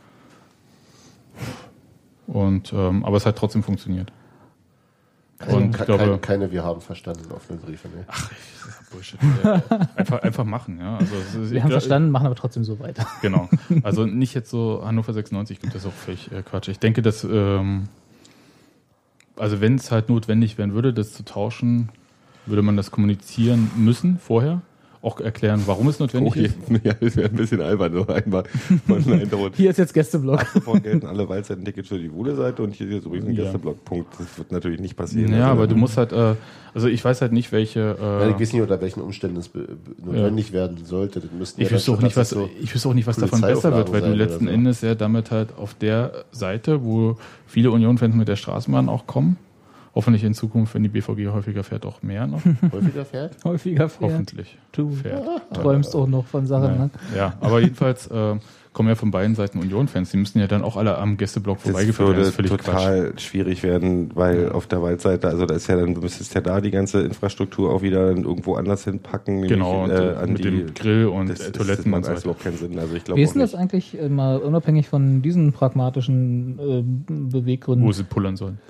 Und ähm, aber es hat trotzdem funktioniert. Keine, Und ich ke- glaube- keine, keine wir haben verstanden offene Briefe. Ne? Ach, das ist Bullshit. Äh, einfach, einfach machen, ja. Also, es ist- Wir ich haben glaub- verstanden, machen aber trotzdem so weiter. Genau. Also nicht jetzt so Hannover sechsundneunzig, gibt das auch völlig äh, Quatsch. Ich denke, dass, ähm, also wenn es halt notwendig werden würde, das zu tauschen, würde man das kommunizieren müssen vorher. Auch erklären, warum es notwendig okay, ist. ja, das wäre ein bisschen albern, so einmal von einem Hintergrund. Hier ist jetzt Gästeblock. Davon gelten alle Waldseiten-Tickets für die Wuhle-Seite und hier ist übrigens ein Ja. Gästeblock. Punkt. Das wird natürlich nicht passieren. Ja, Also, aber du musst halt, äh, also ich weiß halt nicht, welche. Ja, ich Äh, weiß nicht, unter welchen Umständen es be- be- notwendig werden sollte. Das müssten ich ja wüsste dann auch nicht, was, tatsächlich so ich wüsste auch nicht, was davon besser wird, weil du Polizeiauflagen sein letzten oder so. Endes ja damit halt auf der Seite, wo viele Union-Fans mit der Straßenbahn auch kommen, hoffentlich in Zukunft, wenn die B V G häufiger fährt, auch mehr noch. häufiger fährt. Häufiger fährt. Hoffentlich. Du Fährt. träumst auch noch von Sachen. Ja, Ne? ja, aber jedenfalls äh, kommen ja von beiden Seiten Union-Fans. Die müssen ja dann auch alle am Gästeblock Das vorbeigeführt werden. würde Das ist völlig Quatsch. total schwierig werden, weil auf der Waldseite, also da ist ja dann, du müsstest ja da die ganze Infrastruktur auch wieder irgendwo anders hinpacken. nämlich, Genau, und äh, an mit die, dem Grill und das, äh, das Toiletten macht und so alles weiter. überhaupt keinen Sinn. Also ich glaube Wie ist auch denn das nicht. eigentlich äh, mal unabhängig von diesen pragmatischen äh, Beweggründen? Wo sie pullern sollen.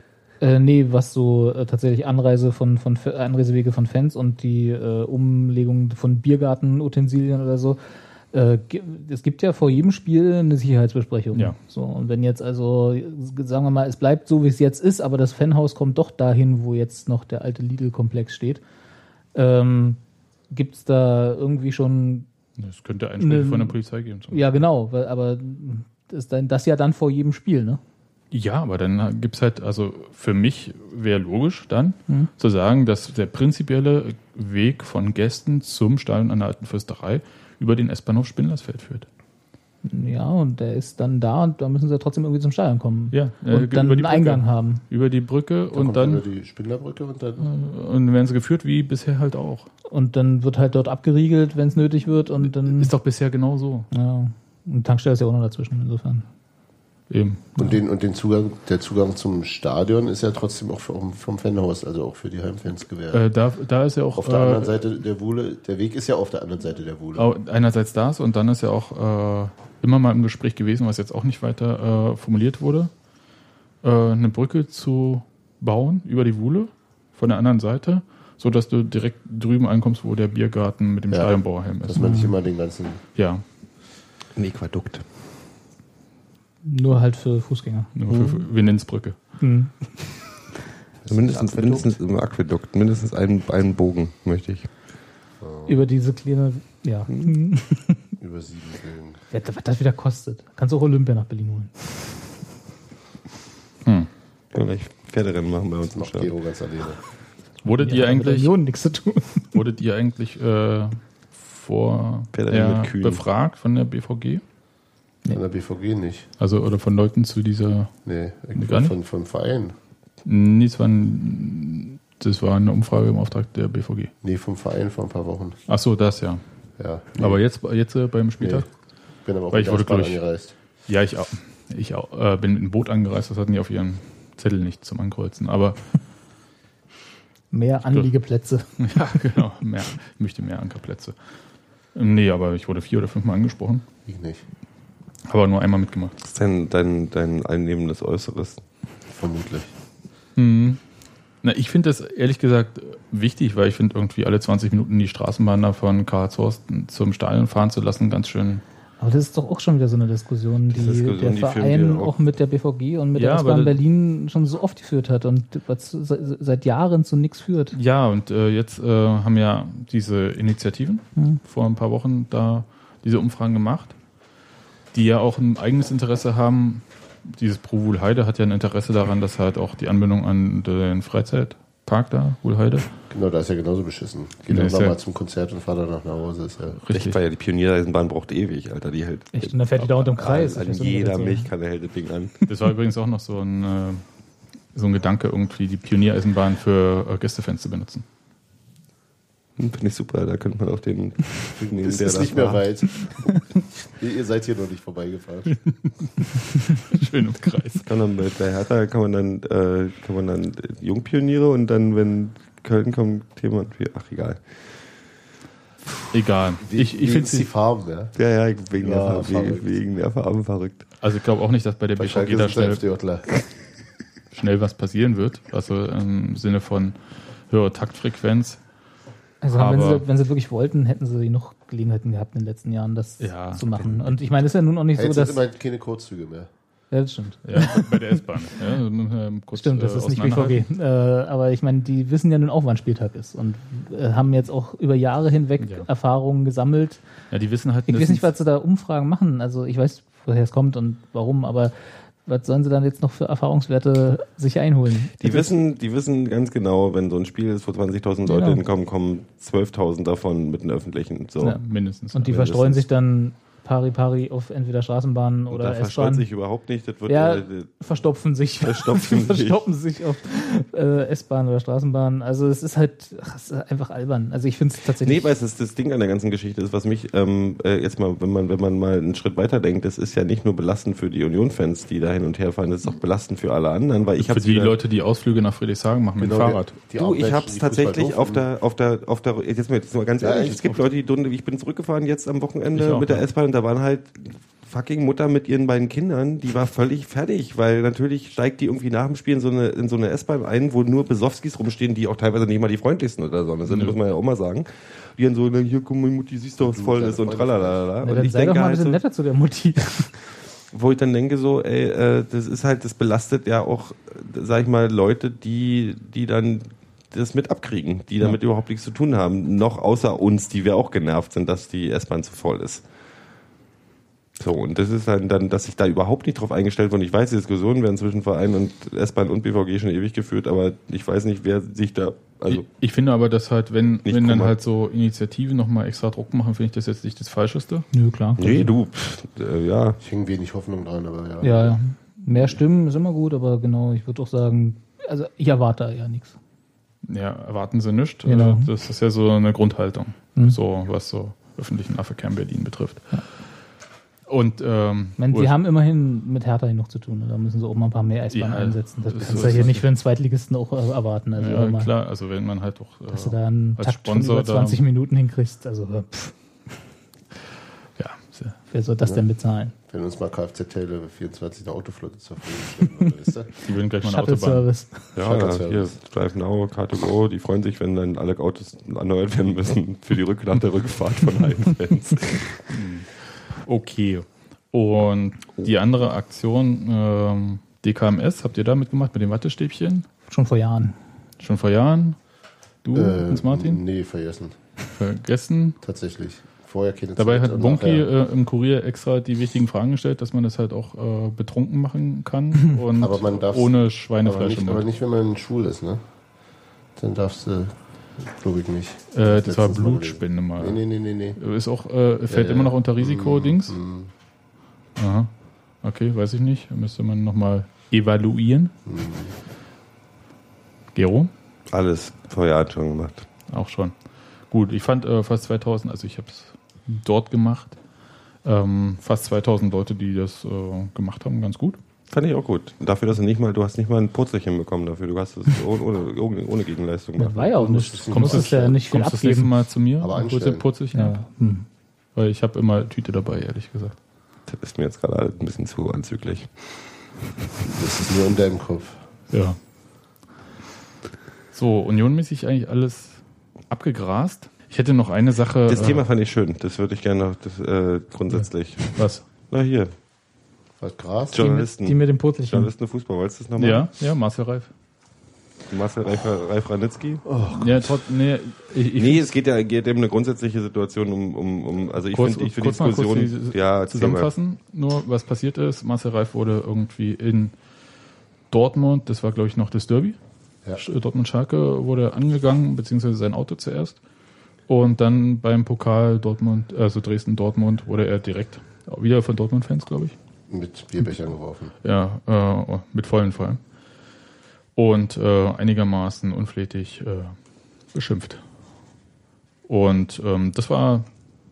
Äh, nee, was so äh, tatsächlich Anreise von, von F- Anreisewege von Fans und die äh, Umlegung von Biergartenutensilien oder so. Äh, ge- es gibt ja vor jedem Spiel eine Sicherheitsbesprechung. Ja. So, und wenn jetzt also, sagen wir mal, es bleibt so, wie es jetzt ist, aber das Fanhaus kommt doch dahin, wo jetzt noch der alte Lidl-Komplex steht, ähm, gibt es da irgendwie schon. Das könnte Einspruch Ne- von der Polizei geben. Zum Ja, genau, weil, aber das, dann, das ja dann vor jedem Spiel, ne? Ja, aber dann gibt's halt, also für mich wäre logisch dann Mhm. zu sagen, dass der prinzipielle Weg von Gästen zum Stadion an der Alten Fürsterei über den S-Bahnhof Spindlersfeld führt. Ja, und der ist dann da und da müssen sie trotzdem irgendwie zum Stadion kommen. Ja, äh, und dann über die einen Eingang Brücke. haben. Über die Brücke Da und kommt dann über die Spindlerbrücke und dann. und werden sie geführt wie bisher halt auch. Und dann wird halt dort abgeriegelt, wenn es nötig wird. Und dann. Ist doch bisher genau so. Ja. Und Tankstelle ist ja auch noch dazwischen, insofern. Eben. Und, den, und den Zugang, der Zugang zum Stadion ist ja trotzdem auch vom, vom Fanhaus, also auch für die Heimfans gewährt. Äh, da, da ist ja auch auf der anderen äh, Seite der Wuhle, der Weg ist ja auf der anderen Seite der Wuhle. au- einerseits das und dann ist ja auch äh, immer mal im Gespräch gewesen, was jetzt auch nicht weiter äh, formuliert wurde, äh, eine Brücke zu bauen über die Wuhle von der anderen Seite, so dass du direkt drüben ankommst, wo der Biergarten mit dem Ja. Stadionbauerhelm ist. Dass man nicht immer den ganzen. Ja, Ein Aquädukt. Nur halt für Fußgänger. nur für, für Windinsbrücke. Mhm. Also mindestens, Aquädukt? mindestens im Aquädukt, mindestens einen, einen Bogen möchte ich. Über diese kleine. Ja. Über sieben Bögen. Ja, was das wieder kostet. Kannst du auch Olympia nach Berlin holen. Hm. Können wir gleich Pferderennen machen bei uns im Macht Stadion. Gero ganz alleine. Wurdet Ja, ihr hat mit eigentlich, Union nichts zu tun. wurdet ihr eigentlich äh, vor Pferderennen äh, mit Kühen. befragt von der B V G? Von der B V G nicht. Also oder von Leuten zu dieser. Nee, Gar nicht? von, vom Verein. Nee, es war, ein, das war eine Umfrage im Auftrag der B V G. Nee, vom Verein vor ein paar Wochen. Ach so, das ja. Ja. Nee, Aber jetzt, jetzt äh, beim Spieltag? Ich bin aber auch Weil mit ich wurde, der S-Bahn glaub ich- angereist. Ja, ich auch. Ich auch, äh, bin mit einem Boot angereist, das hatten die auf ihren Zettel nicht zum Ankreuzen. Aber Mehr Anliegeplätze. ja, genau, mehr, ich möchte mehr Ankerplätze. Nee, aber ich wurde vier oder fünfmal angesprochen. Ich nicht. Aber nur einmal mitgemacht. Das ist dein, dein, dein einnehmendes Äußeres. Vermutlich. Hm. Na, ich finde das ehrlich gesagt wichtig, weil ich finde irgendwie alle zwanzig Minuten die Straßenbahn da von Karlshorst zum Stadion fahren zu lassen ganz schön. Aber das ist doch auch schon wieder so eine Diskussion, die Diskussion, der die führen Verein wir auch auch. mit der B V G und mit Ja, der aber S-Bahn das- Berlin schon so oft geführt hat und was se- seit Jahren zu nichts führt. Ja, und äh, jetzt äh, haben ja diese Initiativen Hm. vor ein paar Wochen da diese Umfragen gemacht, die ja auch ein eigenes Interesse haben. Dieses Pro Wuhlheide hat ja ein Interesse daran, dass halt auch die Anbindung an den Freizeitpark da, Wuhlheide, Genau, da ist ja genauso beschissen. Geh Nee, dann ist noch ja- mal zum Konzert und fahr danach nach Hause. Ist ja richtig. Echt, weil ja die Pioniereisenbahn braucht ewig, Alter. Die hält. Echt? Und dann fährt die dauernd im Kreis. An, Das an ist jeder so- Milchkanne hält das Ding an. Das war übrigens auch noch so ein, äh, so ein Gedanke, irgendwie die Pioniereisenbahn für äh, Gästefans zu benutzen. Hm, Finde ich super, da könnte man auch den nehmen, Es der ist das nicht mehr war. weit. ihr, ihr seid hier noch nicht vorbeigefahren. Schön im Kreis. Kann man bei, bei Hertha kann man dann äh, kann man dann Jungpioniere und dann, wenn Köln kommt, Thema. Ach egal. Egal. Ich, ich finde die Farben, ja. Ja, ja, wegen, Ja, der, Farben, verrückt. wegen, wegen der Farben verrückt. also ich glaube auch nicht, dass bei der B V G Wahrscheinlich da ist es schnell, der FDJler. schnell was passieren wird. Also im Sinne von höherer Taktfrequenz. Also wenn Aber- sie, wenn sie wirklich wollten, hätten sie noch Gelegenheiten gehabt in den letzten Jahren, das Ja. zu machen. Und ich meine, es ist ja nun auch nicht so, Jetzt dass... sind immer keine Kurzzüge mehr. Ja, das stimmt. Ja, bei der S-Bahn. Ja, also müssen wir kurz, Stimmt, das äh, ist nicht B V G. Äh, aber ich meine, die wissen ja nun auch, wann Spieltag ist und äh, haben jetzt auch über Jahre hinweg Ja. Erfahrungen gesammelt. Ja, die wissen halt, Ich das weiß nicht, sind- was sie da Umfragen machen. Also ich weiß, woher es kommt und warum, aber was sollen sie dann jetzt noch für Erfahrungswerte sich einholen? Die Das ist- wissen, die wissen ganz genau, wenn so ein Spiel ist, wo zwanzigtausend Leute Genau. hinkommen, kommen zwölftausend davon mit den Öffentlichen. So. Ja. mindestens. Und die ja. verstreuen mindestens. sich dann pari pari auf entweder Straßenbahnen Und oder da verstreut S-Bahn. sich überhaupt nicht. Das wird Ja, äh, verstopfen sich. Verstopfen sich. verstopfen sich auf äh, S-Bahn oder Straßenbahn. Also es ist halt ach, es ist einfach albern. Also ich finde es tatsächlich. Nee, weil es ist das Ding an der ganzen Geschichte ist, was mich ähm, äh, jetzt mal, wenn man, wenn man mal einen Schritt weiter denkt, das ist ja nicht nur belastend für die Union-Fans, die da hin und her fahren, das ist auch belastend für alle anderen, weil ich Für habe die Leute, die Ausflüge nach Friedrichshagen machen mit dem Genau, Fahrrad. die Du, armen ich Menschen, habe es die tatsächlich Fußball auf doof der, auf der, auf der, jetzt mal, jetzt mal ganz Ja, ehrlich, echt? es gibt Leute, die, ich bin zurückgefahren jetzt am Ich Wochenende auch, mit der ja. S-Bahn und da waren halt fucking Mutter mit ihren beiden Kindern, die war völlig fertig, weil natürlich steigt die irgendwie nach dem Spiel in so eine, in so eine S-Bahn ein, wo nur Besowskis rumstehen, die auch teilweise nicht mal die freundlichsten oder so sind, mhm. muss man ja auch mal sagen. Die dann so, na, hier, guck mal, Mutti, siehst du, was voll ist und tralalala. Ja, und dann ich sei denke doch mal ein halt bisschen so, netter zu der Mutti. wo ich dann denke so, ey, äh, das ist halt, das belastet ja auch, sag ich mal, Leute, die, die dann das mit abkriegen, die damit ja. überhaupt nichts zu tun haben, noch außer uns, die wir auch genervt sind, dass die S-Bahn zu voll ist. So, und das ist dann, dann, dass sich da überhaupt nicht drauf eingestellt wird. Und ich weiß, die Diskussionen werden zwischen Verein und S-Bahn und B V G schon ewig geführt, aber ich weiß nicht, wer sich da, also. Ich, ich finde aber, dass halt, wenn, wenn dann kummer. halt so Initiativen nochmal extra Druck machen, finde ich das jetzt nicht das Falscheste. Nö, klar. Nee, du, pff, äh, ja. Ich hänge wenig Hoffnung dran, aber ja. Ja, ja. Mehr Stimmen ist immer gut, aber genau, ich würde auch sagen, also ich erwarte ja nichts. Ja, erwarten sie nicht. Genau. Das ist ja so eine Grundhaltung, Mhm. so was so öffentlichen Nahverkehr in Berlin betrifft. Ja. Und ähm, Ich meine, sie haben immerhin mit Hertha genug zu tun. Da müssen sie auch mal ein paar mehr Eisbahnen Ja, einsetzen. Das das kannst ist- du ja hier nicht für einen Zweitligisten auch äh, erwarten. Also ja, mal, klar, also wenn man halt auch äh, dass du da einen als Takt von Sponsor über zwanzig da, Minuten hinkriegst. Also äh, pff, ja, sehr- wer soll das Ja. denn bezahlen? Wenn uns mal Kfz-Tail vierundzwanzig eine Autoflotte zur Verfügung stellen, Liste. die würden gleich mal eine Autobahn. Shuttle-Service. Ja, Shuttle-Service. hier, Drive Now, Car to Go, die freuen sich, wenn dann alle Autos erneuert werden müssen für die Rück nach der Rückfahrt von allen Fans. Okay. Und die andere Aktion, ähm, D K M S, habt ihr da mitgemacht mit den Wattestäbchen? Schon vor Jahren. Schon vor Jahren? Du, Äh, Hans Martin? Nee, vergessen. Vergessen? Tatsächlich. Vorher keine Dabei Zeit hat und Bunky nachher- äh, im Kurier extra die wichtigen Fragen gestellt, dass man das halt auch äh, betrunken machen kann und Aber man darf's- ohne aber Schweinefleisch nicht, im aber Mund. nicht, wenn man schwul ist, ne? Dann darfst du, glaube ich nicht. Äh, das war Letztens mal Blutspende mal. Nee, nee, nee, nee, nee. Ist auch, äh, fällt Ja, immer ja. noch unter Risiko-Dings? Mm, Aha. Okay, weiß ich nicht. Müsste man nochmal evaluieren. mm. Gero? Alles vor Jahren schon gemacht. Auch schon. Gut, ich fand äh, fast zweitausend, also ich habe es dort gemacht, ähm, fast zweitausend Leute, die das äh, gemacht haben, ganz gut. Fand ich auch gut. Dafür, dass du nicht mal, du hast nicht mal ein Purzelchen bekommen dafür. Du hast es ohne, ohne, ohne, ohne Gegenleistung Das gemacht. war ja auch musst nicht. es Du nicht musst es ja nicht viel Kommst du das nächste abgeben. Mal zu mir? Aber und holst anstellen. dir Purzelchen Ja. ab? Hm. Weil ich habe immer Tüte dabei, ehrlich gesagt. Das ist mir jetzt gerade alles ein bisschen zu anzüglich. Das ist nur in deinem Kopf. Ja. So, unionmäßig eigentlich alles abgegrast. Ich hätte noch eine Sache. Das äh, Thema fand ich schön. Das würde ich gerne noch das, äh, grundsätzlich. Was? Na hier, Was, Gras? John- Journalisten. Die mit dem Purzelchen. Journalisten Fußball, wolltest du das nochmal? Ja, ja, Marcel Reif. Marcel Reif, Reif Ranitzky? Ja, trotz, nee, ich, ich Nee, es geht ja geht eben eine grundsätzliche Situation um, um, um also ich kurz, finde ich finde die kurz mal kurz Diskussion, die ja, erzähl mal. zusammenfassen. Nur, was passiert ist, Marcel Reif wurde irgendwie in Dortmund, das war glaube ich noch das Derby, Ja. Sch- Dortmund-Schalke wurde angegangen, beziehungsweise sein Auto zuerst. Und dann beim Pokal Dortmund, also Dresden-Dortmund, wurde er direkt, wieder von Dortmund-Fans, glaube ich, Mit Bierbechern geworfen. ja, äh, mit vollen vor allem. Und äh, einigermaßen unflätig äh, beschimpft. Und ähm, das war,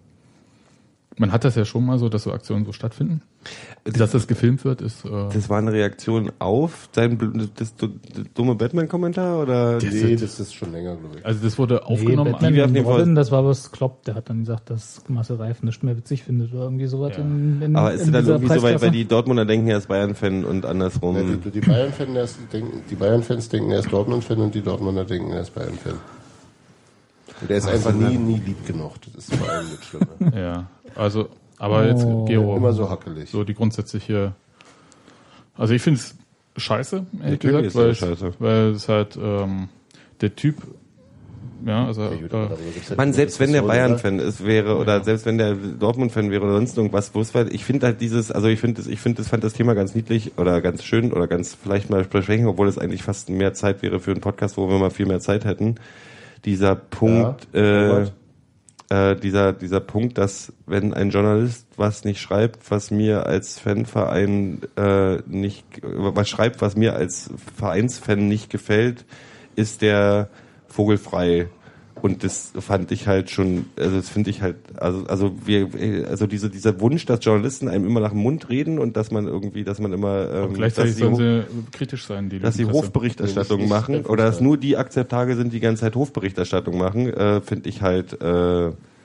man hat das ja schon mal so, dass so Aktionen so stattfinden. Dass das gefilmt wird, ist... Äh, Das war eine Reaktion auf dein bl- das, das, das dumme Batman-Kommentar oder? Nee, das ist schon länger, glaube ich. also das wurde Nee, aufgenommen. Batman Die werfen und den Robin, Fall- das war was Klopp, der hat dann gesagt, dass Marcel Reif nichts mehr witzig findet oder irgendwie sowas. Ja. In, in, Aber ist in es dann dieser irgendwie so weit, Preisklasse. weil die Dortmunder denken, er ist Bayern-Fan und andersrum. Ja, die, die Bayern-Fans erst denken, die Bayern-Fans denken, er ist Dortmund-Fan und die Dortmunder denken, er ist Bayern-Fan. Und er ist einfach nie, nie lieb genug. Das ist vor allem das Schlimme. Ja, also, aber jetzt, Oh. Gero, Immer so hackelig. so die grundsätzliche... Also ich finde es scheiße, ehrlich Natürlich gesagt, ist weil, das scheiße. weil es halt ähm, der Typ, ja, also... Ja, gut, aber äh, darüber gibt's halt Man, eine selbst wenn der Diskussion, Bayern-Fan ist, wäre, oder selbst wenn der Dortmund-Fan wäre oder sonst irgendwas, bloß weil, ich finde halt dieses, also ich finde das, ich finde das, fand das Thema ganz niedlich oder ganz schön oder ganz vielleicht mal besprechen, obwohl es eigentlich fast mehr Zeit wäre für einen Podcast, wo wir mal viel mehr Zeit hätten. Dieser Punkt, Ja, äh, Robert. äh, dieser, dieser Punkt, dass wenn ein Journalist was nicht schreibt, was mir als Fanverein äh, nicht, was schreibt, was mir als Vereinsfan nicht gefällt, ist der vogelfrei. Und das fand ich halt schon, also das finde ich halt, also also wir, also diese dieser Wunsch, dass Journalisten einem immer nach dem Mund reden und dass man irgendwie, dass man immer, ähm, und gleichzeitig dass sie, sollen sie kritisch sein, die dass sie Presse. Hofberichterstattung Nee, nicht- machen nicht oder dass nur die Akzeptage sind, die die ganze Zeit Hofberichterstattung machen, äh, finde ich halt, äh,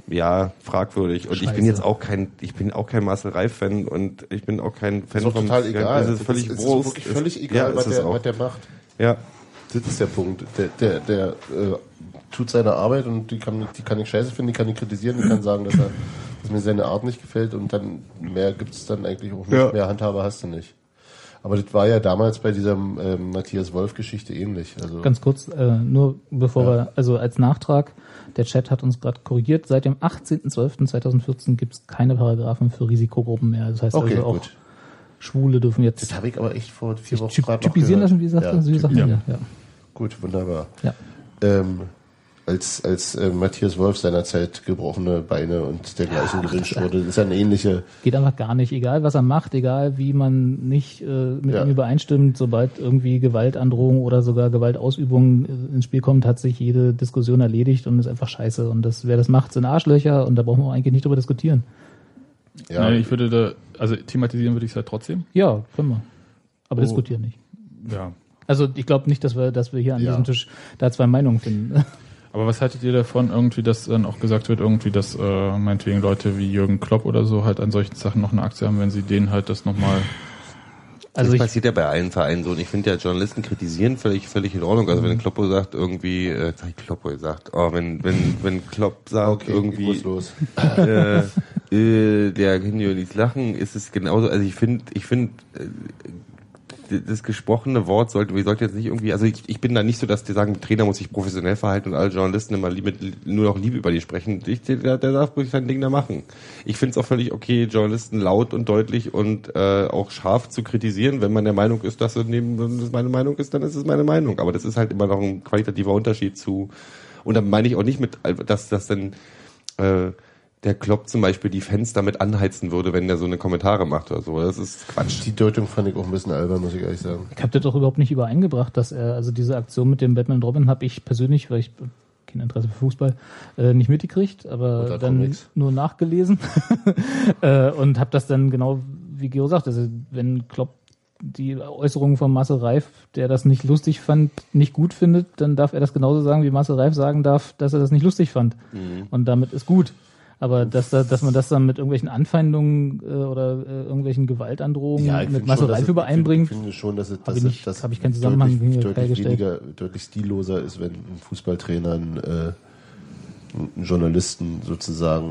ja, fragwürdig. Und ich bin Scheiße. jetzt auch kein, ich bin auch kein Marcel Reif-Fan und ich bin auch kein Fan Ist auch vom total egal. Das ist völlig es ist Wurst. wirklich völlig Ist- egal, ja, was, ist es der, auch. was der macht. Ja. Das ist der Punkt. Der, der, der äh, tut seine Arbeit und die kann, die kann ich scheiße finden, die kann ich kritisieren, die kann sagen, dass, er, dass mir seine Art nicht gefällt und dann mehr gibt's dann eigentlich auch nicht. Ja. Mehr Handhabe hast du nicht. Aber das war ja damals bei dieser ähm, Matthias Wolf-Geschichte ähnlich. Also Ganz kurz, äh, nur bevor Ja. wir, also als Nachtrag, der Chat hat uns gerade korrigiert, seit dem achtzehnten zwölften zweitausendvierzehn gibt es keine Paragraphen für Risikogruppen mehr. Das heißt okay, also auch gut. Schwule dürfen jetzt Das habe ich aber echt vor vier Wochen typ, gerade noch typisieren gehört. lassen, wie sagt Ja, das? Wie sagt ja. man ja. Ja. Gut, wunderbar. Ja. Ähm, als als äh, Matthias Wolf seinerzeit gebrochene Beine und dergleichen gewünscht wurde, das ist ja eine ähnliche. Geht einfach gar nicht. Egal, was er macht, egal, wie man nicht äh, mit Ja. ihm übereinstimmt, sobald irgendwie Gewaltandrohung oder sogar Gewaltausübung äh, ins Spiel kommt, hat sich jede Diskussion erledigt und ist einfach scheiße. Und das, wer das macht, sind Arschlöcher und da brauchen wir eigentlich nicht drüber diskutieren. Ja, Nein, ich würde da, also thematisieren würde ich es halt trotzdem. Ja, können wir. Aber Oh. diskutieren nicht. Ja. Also ich glaube nicht, dass wir, dass wir hier an Ja. diesem Tisch da zwei Meinungen finden. Aber was haltet ihr davon, irgendwie, dass dann auch gesagt wird, irgendwie, dass äh, meinetwegen Leute wie Jürgen Klopp oder so halt an solchen Sachen noch eine Aktie haben, wenn sie denen halt das nochmal. Also das ich, passiert ja bei allen Vereinen so. Und ich finde ja, Journalisten kritisieren völlig, völlig in Ordnung. Also wenn Kloppo sagt irgendwie, äh, jetzt hab ich Kloppo sagt, oh, wenn, wenn, wenn Klopp sagt okay, ich irgendwie, muss los. äh, äh, der kann ja nicht lachen, ist es genauso. Also ich finde, ich finde, äh, das gesprochene Wort sollte, wir sollten jetzt nicht irgendwie, also ich, ich bin da nicht so, dass die sagen, der Trainer muss sich professionell verhalten und alle Journalisten immer lieb, mit, nur noch lieb über die sprechen. Ich, der, der darf ruhig sein Ding da machen. Ich finde es auch völlig okay, Journalisten laut und deutlich und äh, auch scharf zu kritisieren, wenn man der Meinung ist, dass es neben, wenn es meine Meinung ist, dann ist es meine Meinung. Aber das ist halt immer noch ein qualitativer Unterschied zu, und da meine ich auch nicht mit, dass das dann äh, der Klopp zum Beispiel die Fans damit anheizen würde, wenn der so eine Kommentare macht oder so. Das ist Quatsch. Die Deutung fand ich auch ein bisschen albern, muss ich ehrlich sagen. ich habe das doch überhaupt nicht übereingebracht, dass er, also diese Aktion mit dem Batman und Robin habe ich persönlich, weil ich kein Interesse für Fußball, äh, nicht mitgekriegt, aber Oder dann Comics. nur nachgelesen äh, und habe das dann genau, wie Geo sagt, also wenn Klopp die Äußerungen von Marcel Reif, der das nicht lustig fand, nicht gut findet, dann darf er das genauso sagen, wie Marcel Reif sagen darf, dass er das nicht lustig fand. Mhm. Und damit ist gut. Aber dass, da, dass man das dann mit irgendwelchen Anfeindungen äh, oder äh, irgendwelchen Gewaltandrohungen ich mit finde Marcel schon, dass Reif es- übereinbringt, Ich finde schon, dass es, Hab dass ich es, nicht- dass hab ich keinen Zusammenhang deutlich, hier deutlich hergestellt. weniger, deutlich stilloser ist, wenn ein Fußballtrainer einen, äh, einen Journalisten sozusagen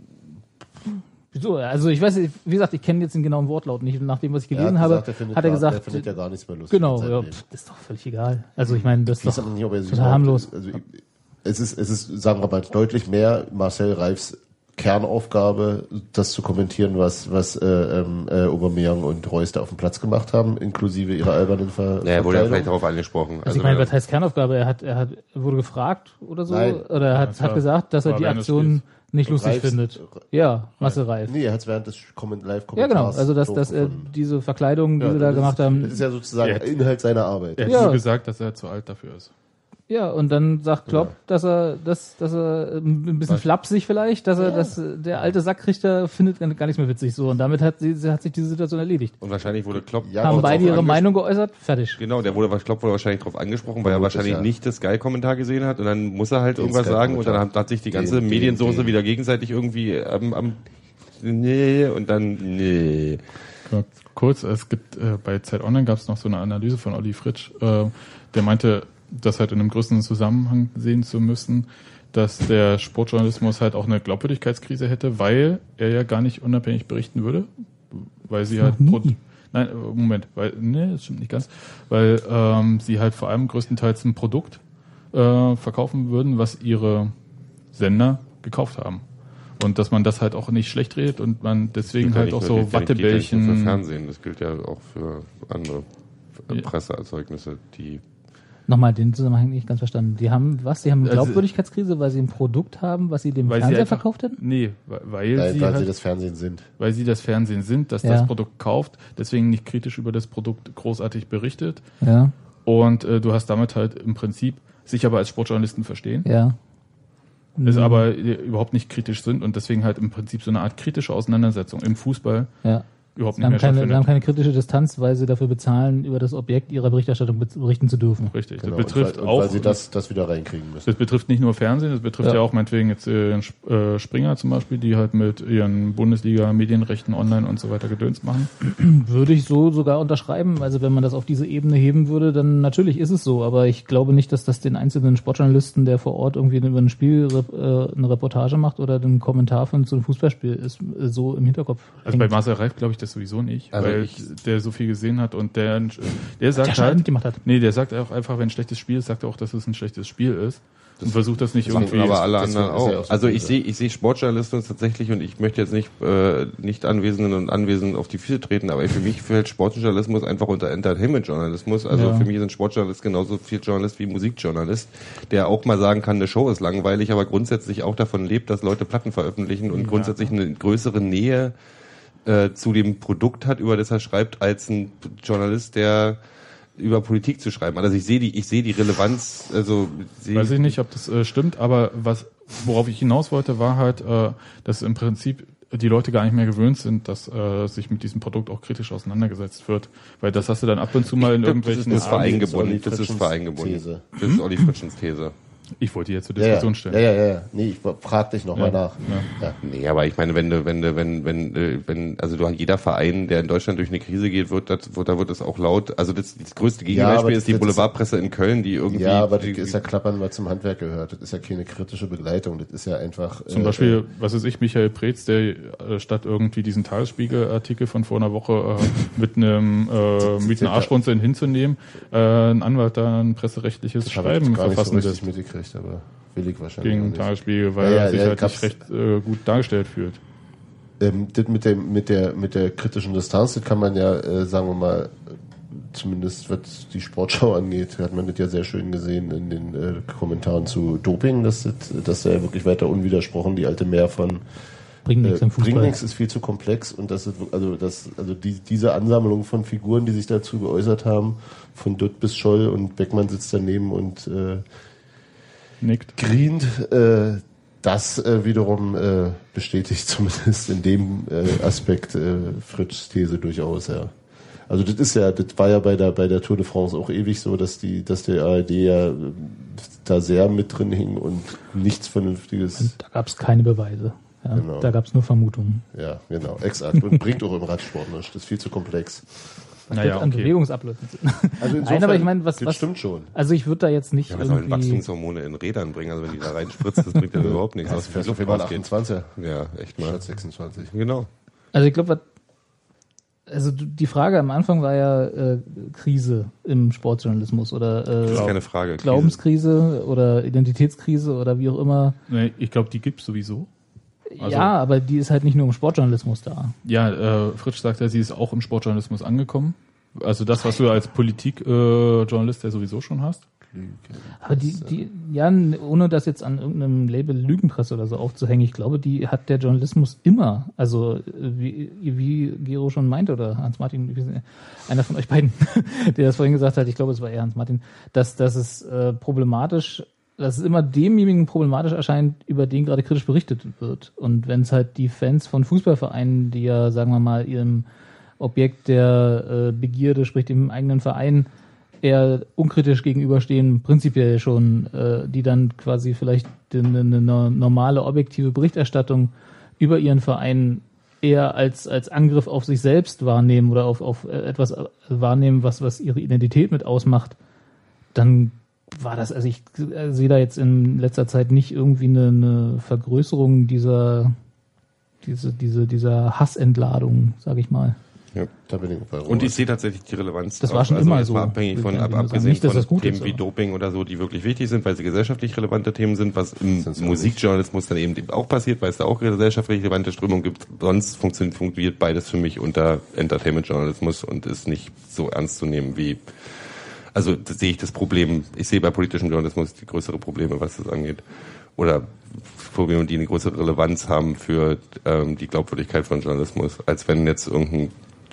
äh, so, also ich weiß nicht, wie gesagt, ich kenne jetzt den genauen Wortlaut nicht. Nach dem, was ich gelesen habe, gesagt, er findet hat er gar, gesagt, er findet ja gar nichts mehr lustig. genau, in seinem ja, Leben. pff, ist doch völlig egal. Also ich meine, das Ich ist weiß doch aber nicht, ob er sich total überhaupt- harmlos. Also es ist, es ist, sagen wir mal, deutlich mehr Marcel Reifs Kernaufgabe, das zu kommentieren, was was äh, ähm, äh, Aubameyang und Reus da auf dem Platz gemacht haben, inklusive ihrer albernen Ver Naja, er wurde ja Verkleidung. vielleicht darauf angesprochen. Also ich meine, was heißt Kernaufgabe? Er hat, er hat, wurde gefragt oder so, Nein. oder er hat, Das hat war- gesagt, dass er war die während des Aktion Spiels. nicht lustig Reifs- findet. Ja, Marcel Reif. Nee, er hat es während des Komment- Ja, Live-Kommentars genau. Also dass, doof dass er gefunden. diese Verkleidung, die Ja, sie da das gemacht ist, haben, Das ist ja sozusagen Er hat- Inhalt seiner Arbeit. Er hat Ja. nur gesagt, dass er zu alt dafür ist. ja, und dann sagt Klopp, dass er, dass, dass er ähm, ein bisschen flapsig vielleicht, dass er, dass äh, der alte Sackrichter findet gar gar nichts mehr witzig so. Und damit hat, sie, hat sich diese Situation erledigt. Und wahrscheinlich wurde Klopp Ja, Haben aber beide auch ihre anges- Meinung geäußert, fertig. Genau, der wurde, Klopp wurde wahrscheinlich darauf angesprochen, weil er Gut, wahrscheinlich ist ja- nicht das Sky-Kommentar gesehen hat und dann muss er halt Den irgendwas sagen und dann Sky-Kommentar. hat, hat sich die ganze Den- den- Mediensoße den- wieder gegenseitig irgendwie am, am nee und dann nee. Kurz, es gibt äh, bei Zeit Online gab es noch so eine Analyse von Olli Fritsch, äh, der meinte, das halt in einem größeren Zusammenhang sehen zu müssen, dass der Sportjournalismus halt auch eine Glaubwürdigkeitskrise hätte, weil er ja gar nicht unabhängig berichten würde, weil sie halt Noch Pro- nie. nein, äh, Moment, weil nee, das stimmt nicht ganz, weil ähm, sie halt vor allem größtenteils ein Produkt äh, verkaufen würden, was ihre Sender gekauft haben. Und dass man das halt auch nicht schlecht redet und man deswegen Gilt ja halt nicht auch nur- so gilt ja nicht- gilt ja nicht nur für Wattebällchen. Fernsehen, das gilt ja auch für andere Ja. Presseerzeugnisse, die Nochmal, den Zusammenhang nicht ganz verstanden. Die haben was? Die haben eine Also- Glaubwürdigkeitskrise, weil sie ein Produkt haben, was sie dem Weil sie Fernseher einfach- verkauft hätten? Nee, weil, weil, Weil, sie, weil halt, sie das Fernsehen sind. weil sie das Fernsehen sind, das Ja. das Produkt kauft, deswegen nicht kritisch über das Produkt großartig berichtet. Ja, Und äh, du hast damit halt im Prinzip sich aber als Sportjournalisten verstehen, ja. es aber äh, überhaupt nicht kritisch sind und deswegen halt im Prinzip so eine Art kritische Auseinandersetzung im Fußball Ja. überhaupt Sie nicht haben, mehr keine, stattfindet. sie haben keine kritische Distanz, weil sie dafür bezahlen, über das Objekt ihrer Berichterstattung be- berichten zu dürfen. Richtig. Genau, Das betrifft und weil, auch. und weil sie das, das wieder reinkriegen müssen. Das betrifft nicht nur Fernsehen, das betrifft ja, Ja. auch meinetwegen jetzt äh, äh, Springer zum Beispiel, die halt mit ihren Bundesliga-Medienrechten online und so weiter Gedöns machen. Würde ich so sogar unterschreiben. Also wenn man das auf diese Ebene heben würde, dann natürlich ist es so. Aber ich glaube nicht, dass das den einzelnen Sportjournalisten, der vor Ort irgendwie über ein Spiel äh, eine Reportage macht oder den Kommentar von so einem Fußballspiel ist, äh, so im Hinterkopf. Also bei Marcel Reif glaube ich das sowieso nicht, Also weil ich- der so viel gesehen hat und der, der sagt Der schon halt, mitgemacht hat. nee, der sagt auch einfach, wenn ein schlechtes Spiel ist, sagt er auch, dass es ein schlechtes Spiel ist und versucht das nicht Machen irgendwie. aber alle deswegen anderen ist er auch. auch so Also böse. ich sehe ich sehe Sportjournalismus tatsächlich und ich möchte jetzt nicht äh, nicht Anwesenden und Anwesenden auf die Füße treten, aber für mich fällt Sportjournalismus einfach unter Entertainment-Journalismus. Also Ja. für mich ist ein Sportjournalist genauso viel Journalist wie Musikjournalist, der auch mal sagen kann, eine Show ist langweilig, aber grundsätzlich auch davon lebt, dass Leute Platten veröffentlichen und grundsätzlich eine größere Nähe äh, zu dem Produkt hat, über das er schreibt, als ein Journalist, der über Politik zu schreiben. Also ich sehe die, ich sehe die Relevanz, also sehe Weiß ich nicht, ob das äh, stimmt, aber was, worauf ich hinaus wollte, war halt, äh, dass im Prinzip die Leute gar nicht mehr gewöhnt sind, dass äh, sich mit diesem Produkt auch kritisch auseinandergesetzt wird. Weil das hast du dann ab und zu mal in Ich glaub, das irgendwelchen... ist vereingebunden. Olli Das ist Fritschens vereingebunden. These. Das ist Olli Fritschens These. Ich wollte die jetzt zur Ja, ja, Diskussion ja, stellen. ja, ja, ja. Nee, ich frag dich nochmal Ja. nach. Ja. Ja. Nee, aber ich meine, wenn du, wenn du, wenn, wenn, äh, wenn, also du jeder Verein, der in Deutschland durch eine Krise geht, wird, das, wird da wird es auch laut. Also das, das größte Ja, aber Gegenbeispiel das- ist die das- Boulevardpresse in Köln, die irgendwie. Ja, aber das die, ist ja Klappern, was zum Handwerk gehört. Das ist ja keine kritische Begleitung. Das ist ja einfach. Zum äh, Beispiel, was weiß ich, Michael Preetz, der äh, statt irgendwie diesen Tagesspiegel-Artikel von vor einer Woche äh, mit einem äh, mit einer Arschrunzeln hinzunehmen, äh, ein Anwalt da ein presserechtliches das habe ich Schreiben gar nicht so verfassen richtig lässt mitgekriegt, aber will ich wahrscheinlich auch gegen nicht. Tagesspiegel, weil Ja, ja, er sich ja, halt gab's- nicht recht äh, gut dargestellt fühlt. Ähm, das mit dem, mit der, mit der kritischen Distanz, das kann man ja, äh, sagen wir mal, zumindest was die Sportschau angeht, hat man das ja sehr schön gesehen in den äh, Kommentaren zu Doping, dass das, dass da ja wirklich weiter unwidersprochen die alte Mehr von Bringt nichts äh, im Fußball. bringt nichts, ist viel zu komplex und das ist, also das, also die, diese Ansammlung von Figuren, die sich dazu geäußert haben, von Dutt bis Scholl und Beckmann sitzt daneben und äh, Nickt. grient, äh, das äh, wiederum äh, bestätigt zumindest in dem äh, Aspekt äh, Fritschs These durchaus, ja. Also das ist ja, das war ja bei der bei der Tour de France auch ewig so, dass die, dass der A R D ja äh, da sehr mit drin hing und nichts Vernünftiges. Da gab es keine Beweise. Ja, Genau. Da gab es nur Vermutungen. Ja, genau, exakt. Und bringt auch im Radsport nichts. Das ist viel zu komplex. Was Naja, wird an okay. Bewegungsabläufen sind. Also Nein, aber ich meine, was, das was stimmt schon. also ich würde da jetzt nicht Ja, was sollen irgendwie, Wachstumshormone in Rädern bringen? Also wenn die da reinspritzt, das bringt ja überhaupt nichts. Das Aus fährst der auf Luft jeden Fall rausgeht. achtundzwanziger Ja, echt mal. statt sechsundzwanzig. Genau. also ich glaube, was also du- die Frage am Anfang war ja äh, Krise im Sportjournalismus oder Das ist äh, keine Frage. Glaubenskrise oder Identitätskrise oder wie auch immer. Nee, ich glaube, die gibt's sowieso. Also- ja, aber die ist halt nicht nur im Sportjournalismus da. Ja, äh, Fritsch sagt ja, sie ist auch im Sportjournalismus angekommen. Also das, was du als Politikjournalist äh, Journalist ja sowieso schon hast. Aber die, die, ja, ohne das jetzt an irgendeinem Label Lügenpresse oder so aufzuhängen, ich glaube, die hat der Journalismus immer, also äh, wie, wie Gero schon meinte, oder Hans-Martin, wie ist- einer von euch beiden, der das vorhin gesagt hat, ich glaube, es war eher Hans-Martin, dass, dass es äh, problematisch, dass es immer demjenigen problematisch erscheint, über den gerade kritisch berichtet wird. Und wenn es halt die Fans von Fußballvereinen, die ja, sagen wir mal, ihrem Objekt der äh, Begierde, sprich dem eigenen Verein, eher unkritisch gegenüberstehen, prinzipiell schon, äh, die dann quasi vielleicht eine, eine normale, objektive Berichterstattung über ihren Verein eher als, als Angriff auf sich selbst wahrnehmen oder auf, auf etwas wahrnehmen, was, was ihre Identität mit ausmacht, dann war das, also ich äh, sehe da jetzt in letzter Zeit nicht irgendwie eine, eine Vergrößerung dieser, diese, diese, dieser Hassentladung, sage ich mal. Ja. Da bin ich bei Robert. Und ich sehe tatsächlich die Relevanz. Das war auch, schon also immer jetzt so, mal abhängig würde von, ich ab, einfach sagen. abgesehen Nicht, dass von das gut Themen ist, wie aber- Doping oder so, die wirklich wichtig sind, weil sie gesellschaftlich relevante Themen sind, was im Sind's ja Musikjournalismus dann eben auch passiert, weil es da auch gesellschaftlich relevante Strömungen gibt. Sonst funktioniert, funktioniert beides für mich unter Entertainment-Journalismus und ist nicht so ernst zu nehmen wie, also das sehe ich das Problem, ich sehe bei politischem Journalismus die größere Probleme, was das angeht. Oder Probleme, die eine größere Relevanz haben für ähm, die Glaubwürdigkeit von Journalismus, als wenn jetzt irgendein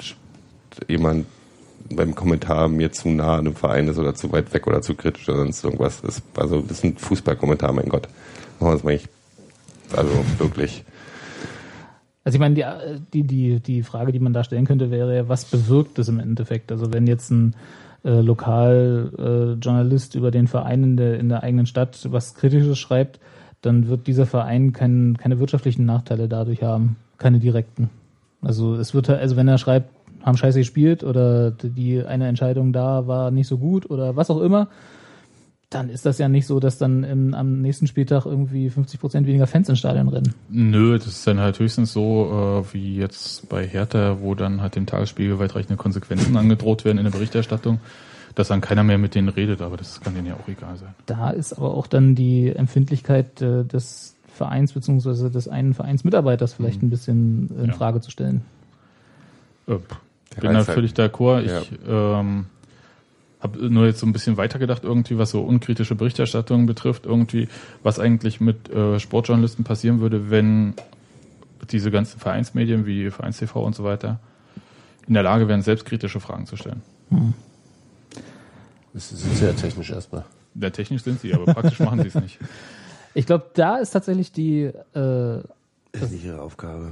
jemand beim Kommentar mir zu nah an einem Verein ist oder zu weit weg oder zu kritisch oder sonst irgendwas ist. Also das ist ein Fußballkommentar, mein Gott. Machen wir das mal nicht. Also wirklich. Also ich meine, die, die, die, die Frage, die man da stellen könnte, wäre ja, was bewirkt das im Endeffekt? Also wenn jetzt ein äh, Lokaljournalist äh, über den Verein in der, in der eigenen Stadt was Kritisches schreibt, dann wird dieser Verein kein, keine wirtschaftlichen Nachteile dadurch haben, keine direkten. Also es wird also wenn er schreibt, haben scheiße gespielt oder die eine Entscheidung da war nicht so gut oder was auch immer, dann ist das ja nicht so, dass dann im, am nächsten Spieltag irgendwie fünfzig Prozent weniger Fans ins Stadion rennen. Nö, das ist dann halt höchstens so äh, wie jetzt bei Hertha, wo dann halt dem Tagesspiegel weitreichende Konsequenzen angedroht werden in der Berichterstattung, dass dann keiner mehr mit denen redet, aber das kann denen ja auch egal sein. Da ist aber auch dann die Empfindlichkeit äh, des Vereins bzw. des einen Vereinsmitarbeiters vielleicht ein bisschen in Ja. Frage zu stellen. Äh, Der bin da Reiz halt- völlig d'accord. Ja. Ich ähm, habe nur jetzt so ein bisschen weitergedacht, irgendwie, was so unkritische Berichterstattung betrifft, irgendwie, was eigentlich mit äh, Sportjournalisten passieren würde, wenn diese ganzen Vereinsmedien wie Vereins T V und so weiter in der Lage wären, selbstkritische Fragen zu stellen. Das ist sehr technisch erstmal. Ja, technisch sind sie, aber praktisch machen sie es nicht. Ich glaube, da ist tatsächlich die, äh, Ist nicht ihre Aufgabe.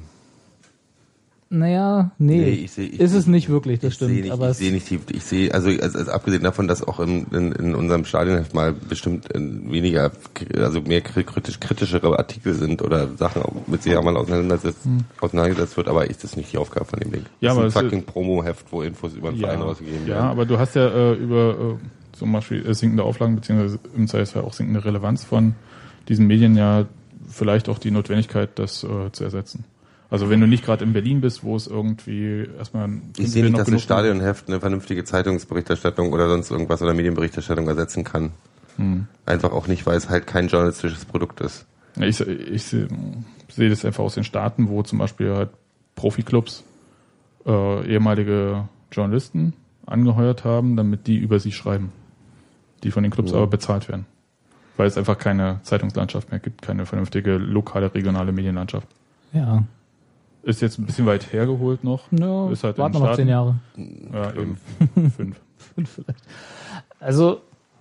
naja, nee, Nee, ich seh- ich- ist es nicht wirklich, das ich sehe stimmt. nicht, aber ich es, sehe nicht die, ich sehe, also, also, also abgesehen davon, dass auch in, in, in unserem Stadionheft mal bestimmt äh, weniger, also mehr kritisch, kritischere Artikel sind oder Sachen, mit denen man auseinandersetzt, Hm. auseinandergesetzt wird, aber ist das nicht die Aufgabe von dem Ding. Ja, das aber ist es ein fucking Promo-Heft, wo Infos über den Verein rausgegeben ja, werden. aber du hast ja äh, über äh, zum Beispiel äh, sinkende Auflagen beziehungsweise im Zweifelsfall auch sinkende Relevanz von diesen Medien ja vielleicht auch die Notwendigkeit, das äh, zu ersetzen. Also wenn du nicht gerade in Berlin bist, wo es irgendwie erstmal... Ich sehe nicht, noch dass ein genug- Stadionheft eine vernünftige Zeitungsberichterstattung oder sonst irgendwas oder Medienberichterstattung ersetzen kann. Hm. Einfach auch nicht, weil es halt kein journalistisches Produkt ist. Ja, Ich, ich sehe sehe das einfach aus den Staaten, wo zum Beispiel halt Profiklubs äh, ehemalige Journalisten angeheuert haben, damit die über sie schreiben. Die von den Clubs Ja. aber bezahlt werden. Weil es einfach keine Zeitungslandschaft mehr gibt, keine vernünftige lokale, regionale Medienlandschaft. ja, Ist jetzt ein bisschen weit hergeholt noch. no, Ist halt warten in wir noch Staaten. zehn Jahre. Ja, eben. Fünf. Fünf vielleicht. Also,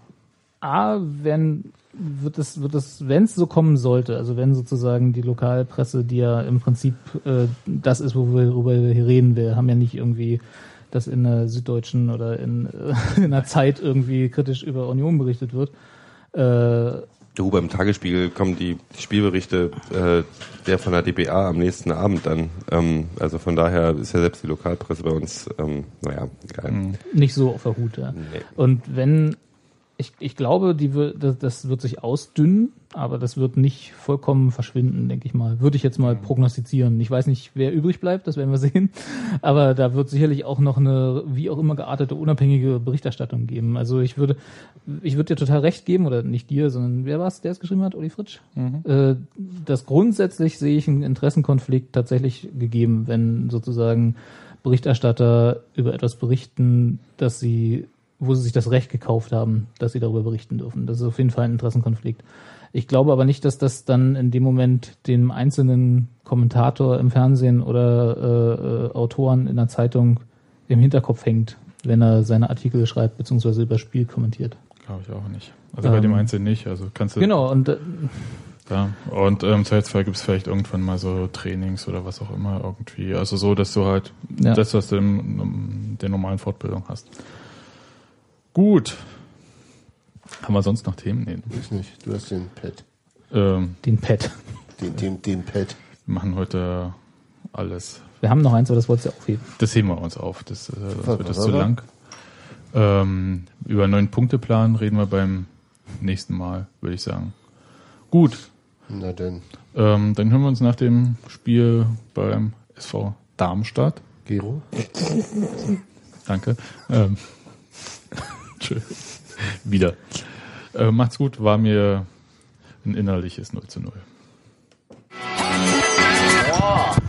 A, wenn, wird es, wird es, wenn es so kommen sollte, also wenn sozusagen die Lokalpresse, die ja im Prinzip äh, das ist, worüber wir hier reden, wir haben ja nicht irgendwie das in der Süddeutschen oder in, äh, in einer Zeit irgendwie kritisch über Union berichtet wird. Äh, Du, beim Tagesspiegel kommen die Spielberichte äh, der von der D B A am nächsten Abend dann. Ähm, also von daher ist ja selbst die Lokalpresse bei uns, ähm, naja, egal. Mhm. nicht so auf der Hut, ja. Nee. Und wenn, ich, ich glaube, die wird, das, das wird sich ausdünnen, aber das wird nicht vollkommen verschwinden, denke ich mal. Würde ich jetzt mal prognostizieren. Ich weiß nicht, wer übrig bleibt, das werden wir sehen. Aber da wird sicherlich auch noch eine, wie auch immer geartete, unabhängige Berichterstattung geben. Also ich würde, ich würde dir total recht geben, oder nicht dir, sondern wer war es, der es geschrieben hat, Uli Fritsch? Mhm. Äh, das grundsätzlich sehe ich einen Interessenkonflikt tatsächlich gegeben, wenn sozusagen Berichterstatter über etwas berichten, dass sie, wo sie sich das Recht gekauft haben, dass sie darüber berichten dürfen. Das ist auf jeden Fall ein Interessenkonflikt. Ich glaube aber nicht, dass das dann in dem Moment dem einzelnen Kommentator im Fernsehen oder äh, äh, Autoren in der Zeitung im Hinterkopf hängt, wenn er seine Artikel schreibt beziehungsweise über das Spiel kommentiert. Glaube ich auch nicht. Also bei Ähm, dem Einzelnen nicht. Also kannst du. Genau, und äh, Ja. Und ähm, im Zweifelsfall gibt es vielleicht irgendwann mal so Trainings oder was auch immer irgendwie. Also so, dass du halt Ja. das, was du in, in der normalen Fortbildung hast. Gut. Haben wir sonst noch Themen? Nee. Ich nicht. Du hast den Pad. Ähm, den Pad. Den, den, den Pad. wir machen heute alles. Wir haben noch eins, aber das wolltest du ja aufheben. Das heben wir uns auf. Das, äh, sonst wird das was zu war? lang. Ähm, über einen neuen Punkteplan reden wir beim nächsten Mal, würde ich sagen. Gut. Na denn. Ähm, dann hören wir uns nach dem Spiel beim S V Darmstadt. Gero? Danke. Ähm, tschö. Wieder. Äh, macht's gut, war mir ein innerliches null zu null. War.